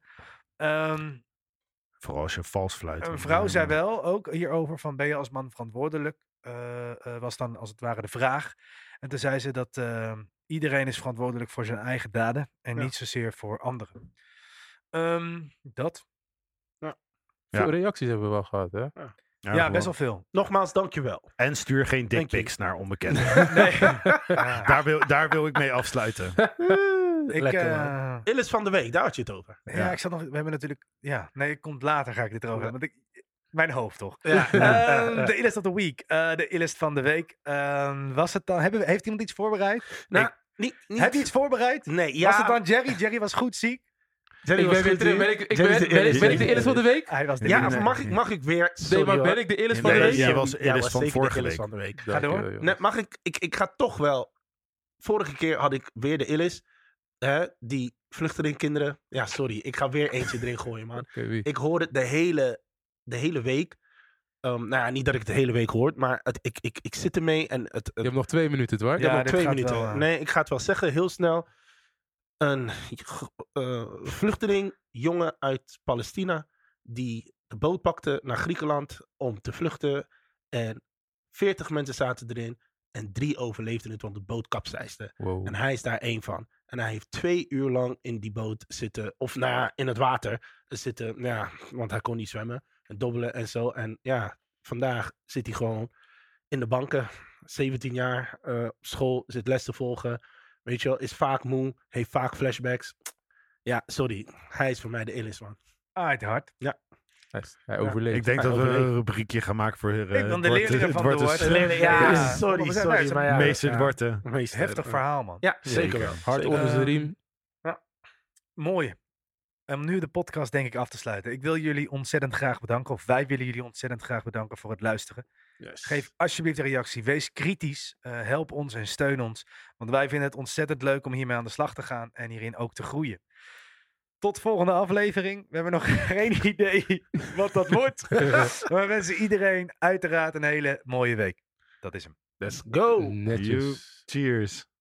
Speaker 1: Vooral als je vals fluit.
Speaker 2: Een vrouw zei wel ook hierover van ben je als man verantwoordelijk? Was dan als het ware de vraag. En toen zei ze dat iedereen is verantwoordelijk voor zijn eigen daden en
Speaker 4: Ja.
Speaker 2: niet zozeer voor anderen. Dat.
Speaker 1: Ja.
Speaker 3: Veel reacties hebben we wel gehad, hè?
Speaker 2: Ja, best wel veel.
Speaker 4: Nogmaals, dankjewel.
Speaker 1: En stuur geen
Speaker 4: Thank you.
Speaker 1: dickpics naar onbekenden.
Speaker 2: Nee. Ja.
Speaker 1: Daar wil ik mee afsluiten.
Speaker 2: Ik,
Speaker 4: Lekker, man. Illis van de week, daar had je het over.
Speaker 2: ja, ik zat nog. We hebben natuurlijk. Ja, nee, komt later ga ik dit erover hebben. Want mijn hoofd toch.
Speaker 4: Ja.
Speaker 2: De illest of the week. De illest van de week. Was het dan? Heeft iemand iets voorbereid?
Speaker 4: Nou, niet...
Speaker 2: Heb je iets voorbereid?
Speaker 4: Nee, ja.
Speaker 2: Was het dan Jerry? Jerry was goed ziek.
Speaker 4: Jerry
Speaker 3: Ik
Speaker 4: was
Speaker 3: ben weer
Speaker 4: goed,
Speaker 3: terug.
Speaker 4: hè?
Speaker 3: Ben ik
Speaker 4: Jerry is de illest.
Speaker 3: de illest van de week?
Speaker 2: Hij was de
Speaker 4: Ja,
Speaker 2: illest.
Speaker 4: of mag ik weer...
Speaker 3: Nee,
Speaker 4: Sorry,
Speaker 3: maar
Speaker 4: hoor.
Speaker 3: ben ik de illest van de
Speaker 1: Nee,
Speaker 3: week?
Speaker 1: jij was
Speaker 4: Ja,
Speaker 1: illest van
Speaker 4: zeker de
Speaker 1: vorige
Speaker 4: illest
Speaker 1: week.
Speaker 4: van de week.
Speaker 2: Ga door.
Speaker 3: Dankjewel, jongens.
Speaker 4: Nee, mag ik ga toch wel... Vorige keer had ik weer de Illis. Die vluchtelingkinderen. Ja, sorry. Ik ga weer eentje erin gooien, man.
Speaker 3: Oké, wie?
Speaker 4: Ik hoorde de hele week. Nou ja, niet dat ik het de hele week hoor. Maar ik zit ermee en het
Speaker 3: Je hebt nog 2 minuten, Dwar.
Speaker 4: ik heb
Speaker 2: Ja,
Speaker 4: nog
Speaker 2: dit
Speaker 4: 2
Speaker 2: gaat
Speaker 4: minuten.
Speaker 2: wel,
Speaker 4: Nee, ik ga het wel zeggen, heel snel. Een vluchteling, jongen uit Palestina, die de boot pakte naar Griekenland om te vluchten. En 40 mensen zaten erin en 3 overleefden het, want de boot kapseisde.
Speaker 3: Wow.
Speaker 4: En hij is daar 1 van. En hij heeft 2 uur lang in die boot zitten, of nou ja, in het water zitten, nou ja, want hij kon niet zwemmen. En dobbelen en zo. En ja, vandaag zit hij gewoon in de banken. 17 jaar, op school, zit les te volgen. Weet je wel, is vaak moe, heeft vaak flashbacks. Ja, sorry. Hij is voor mij de illest, man.
Speaker 2: Ah, hard.
Speaker 3: Hij overleeft.
Speaker 1: Ik denk
Speaker 4: Hij
Speaker 1: dat we een
Speaker 4: overleeft.
Speaker 1: rubriekje gaan maken voor...
Speaker 2: Ik dan de leerlingen van de woord.
Speaker 4: Ja, sorry, maar ja.
Speaker 1: Meester
Speaker 2: Ja.
Speaker 1: Dwarten.
Speaker 4: Meester.
Speaker 2: Heftig verhaal, man.
Speaker 4: Ja, zeker wel.
Speaker 3: Hard
Speaker 4: Zeker.
Speaker 3: onder zijn
Speaker 2: Ehm,
Speaker 3: riem.
Speaker 2: Mooi. om nu de podcast denk ik af te sluiten. Ik wil jullie ontzettend graag bedanken. Of wij willen jullie ontzettend graag bedanken voor het luisteren.
Speaker 4: Yes.
Speaker 2: Geef alsjeblieft een reactie. Wees kritisch. Help ons en steun ons. Want wij vinden het ontzettend leuk om hiermee aan de slag te gaan. En hierin ook te groeien. Tot volgende aflevering. We hebben nog geen idee wat dat wordt. Maar we wensen iedereen uiteraard een hele mooie week. Dat is hem.
Speaker 4: Let's go!
Speaker 3: Netjes.
Speaker 1: Cheers.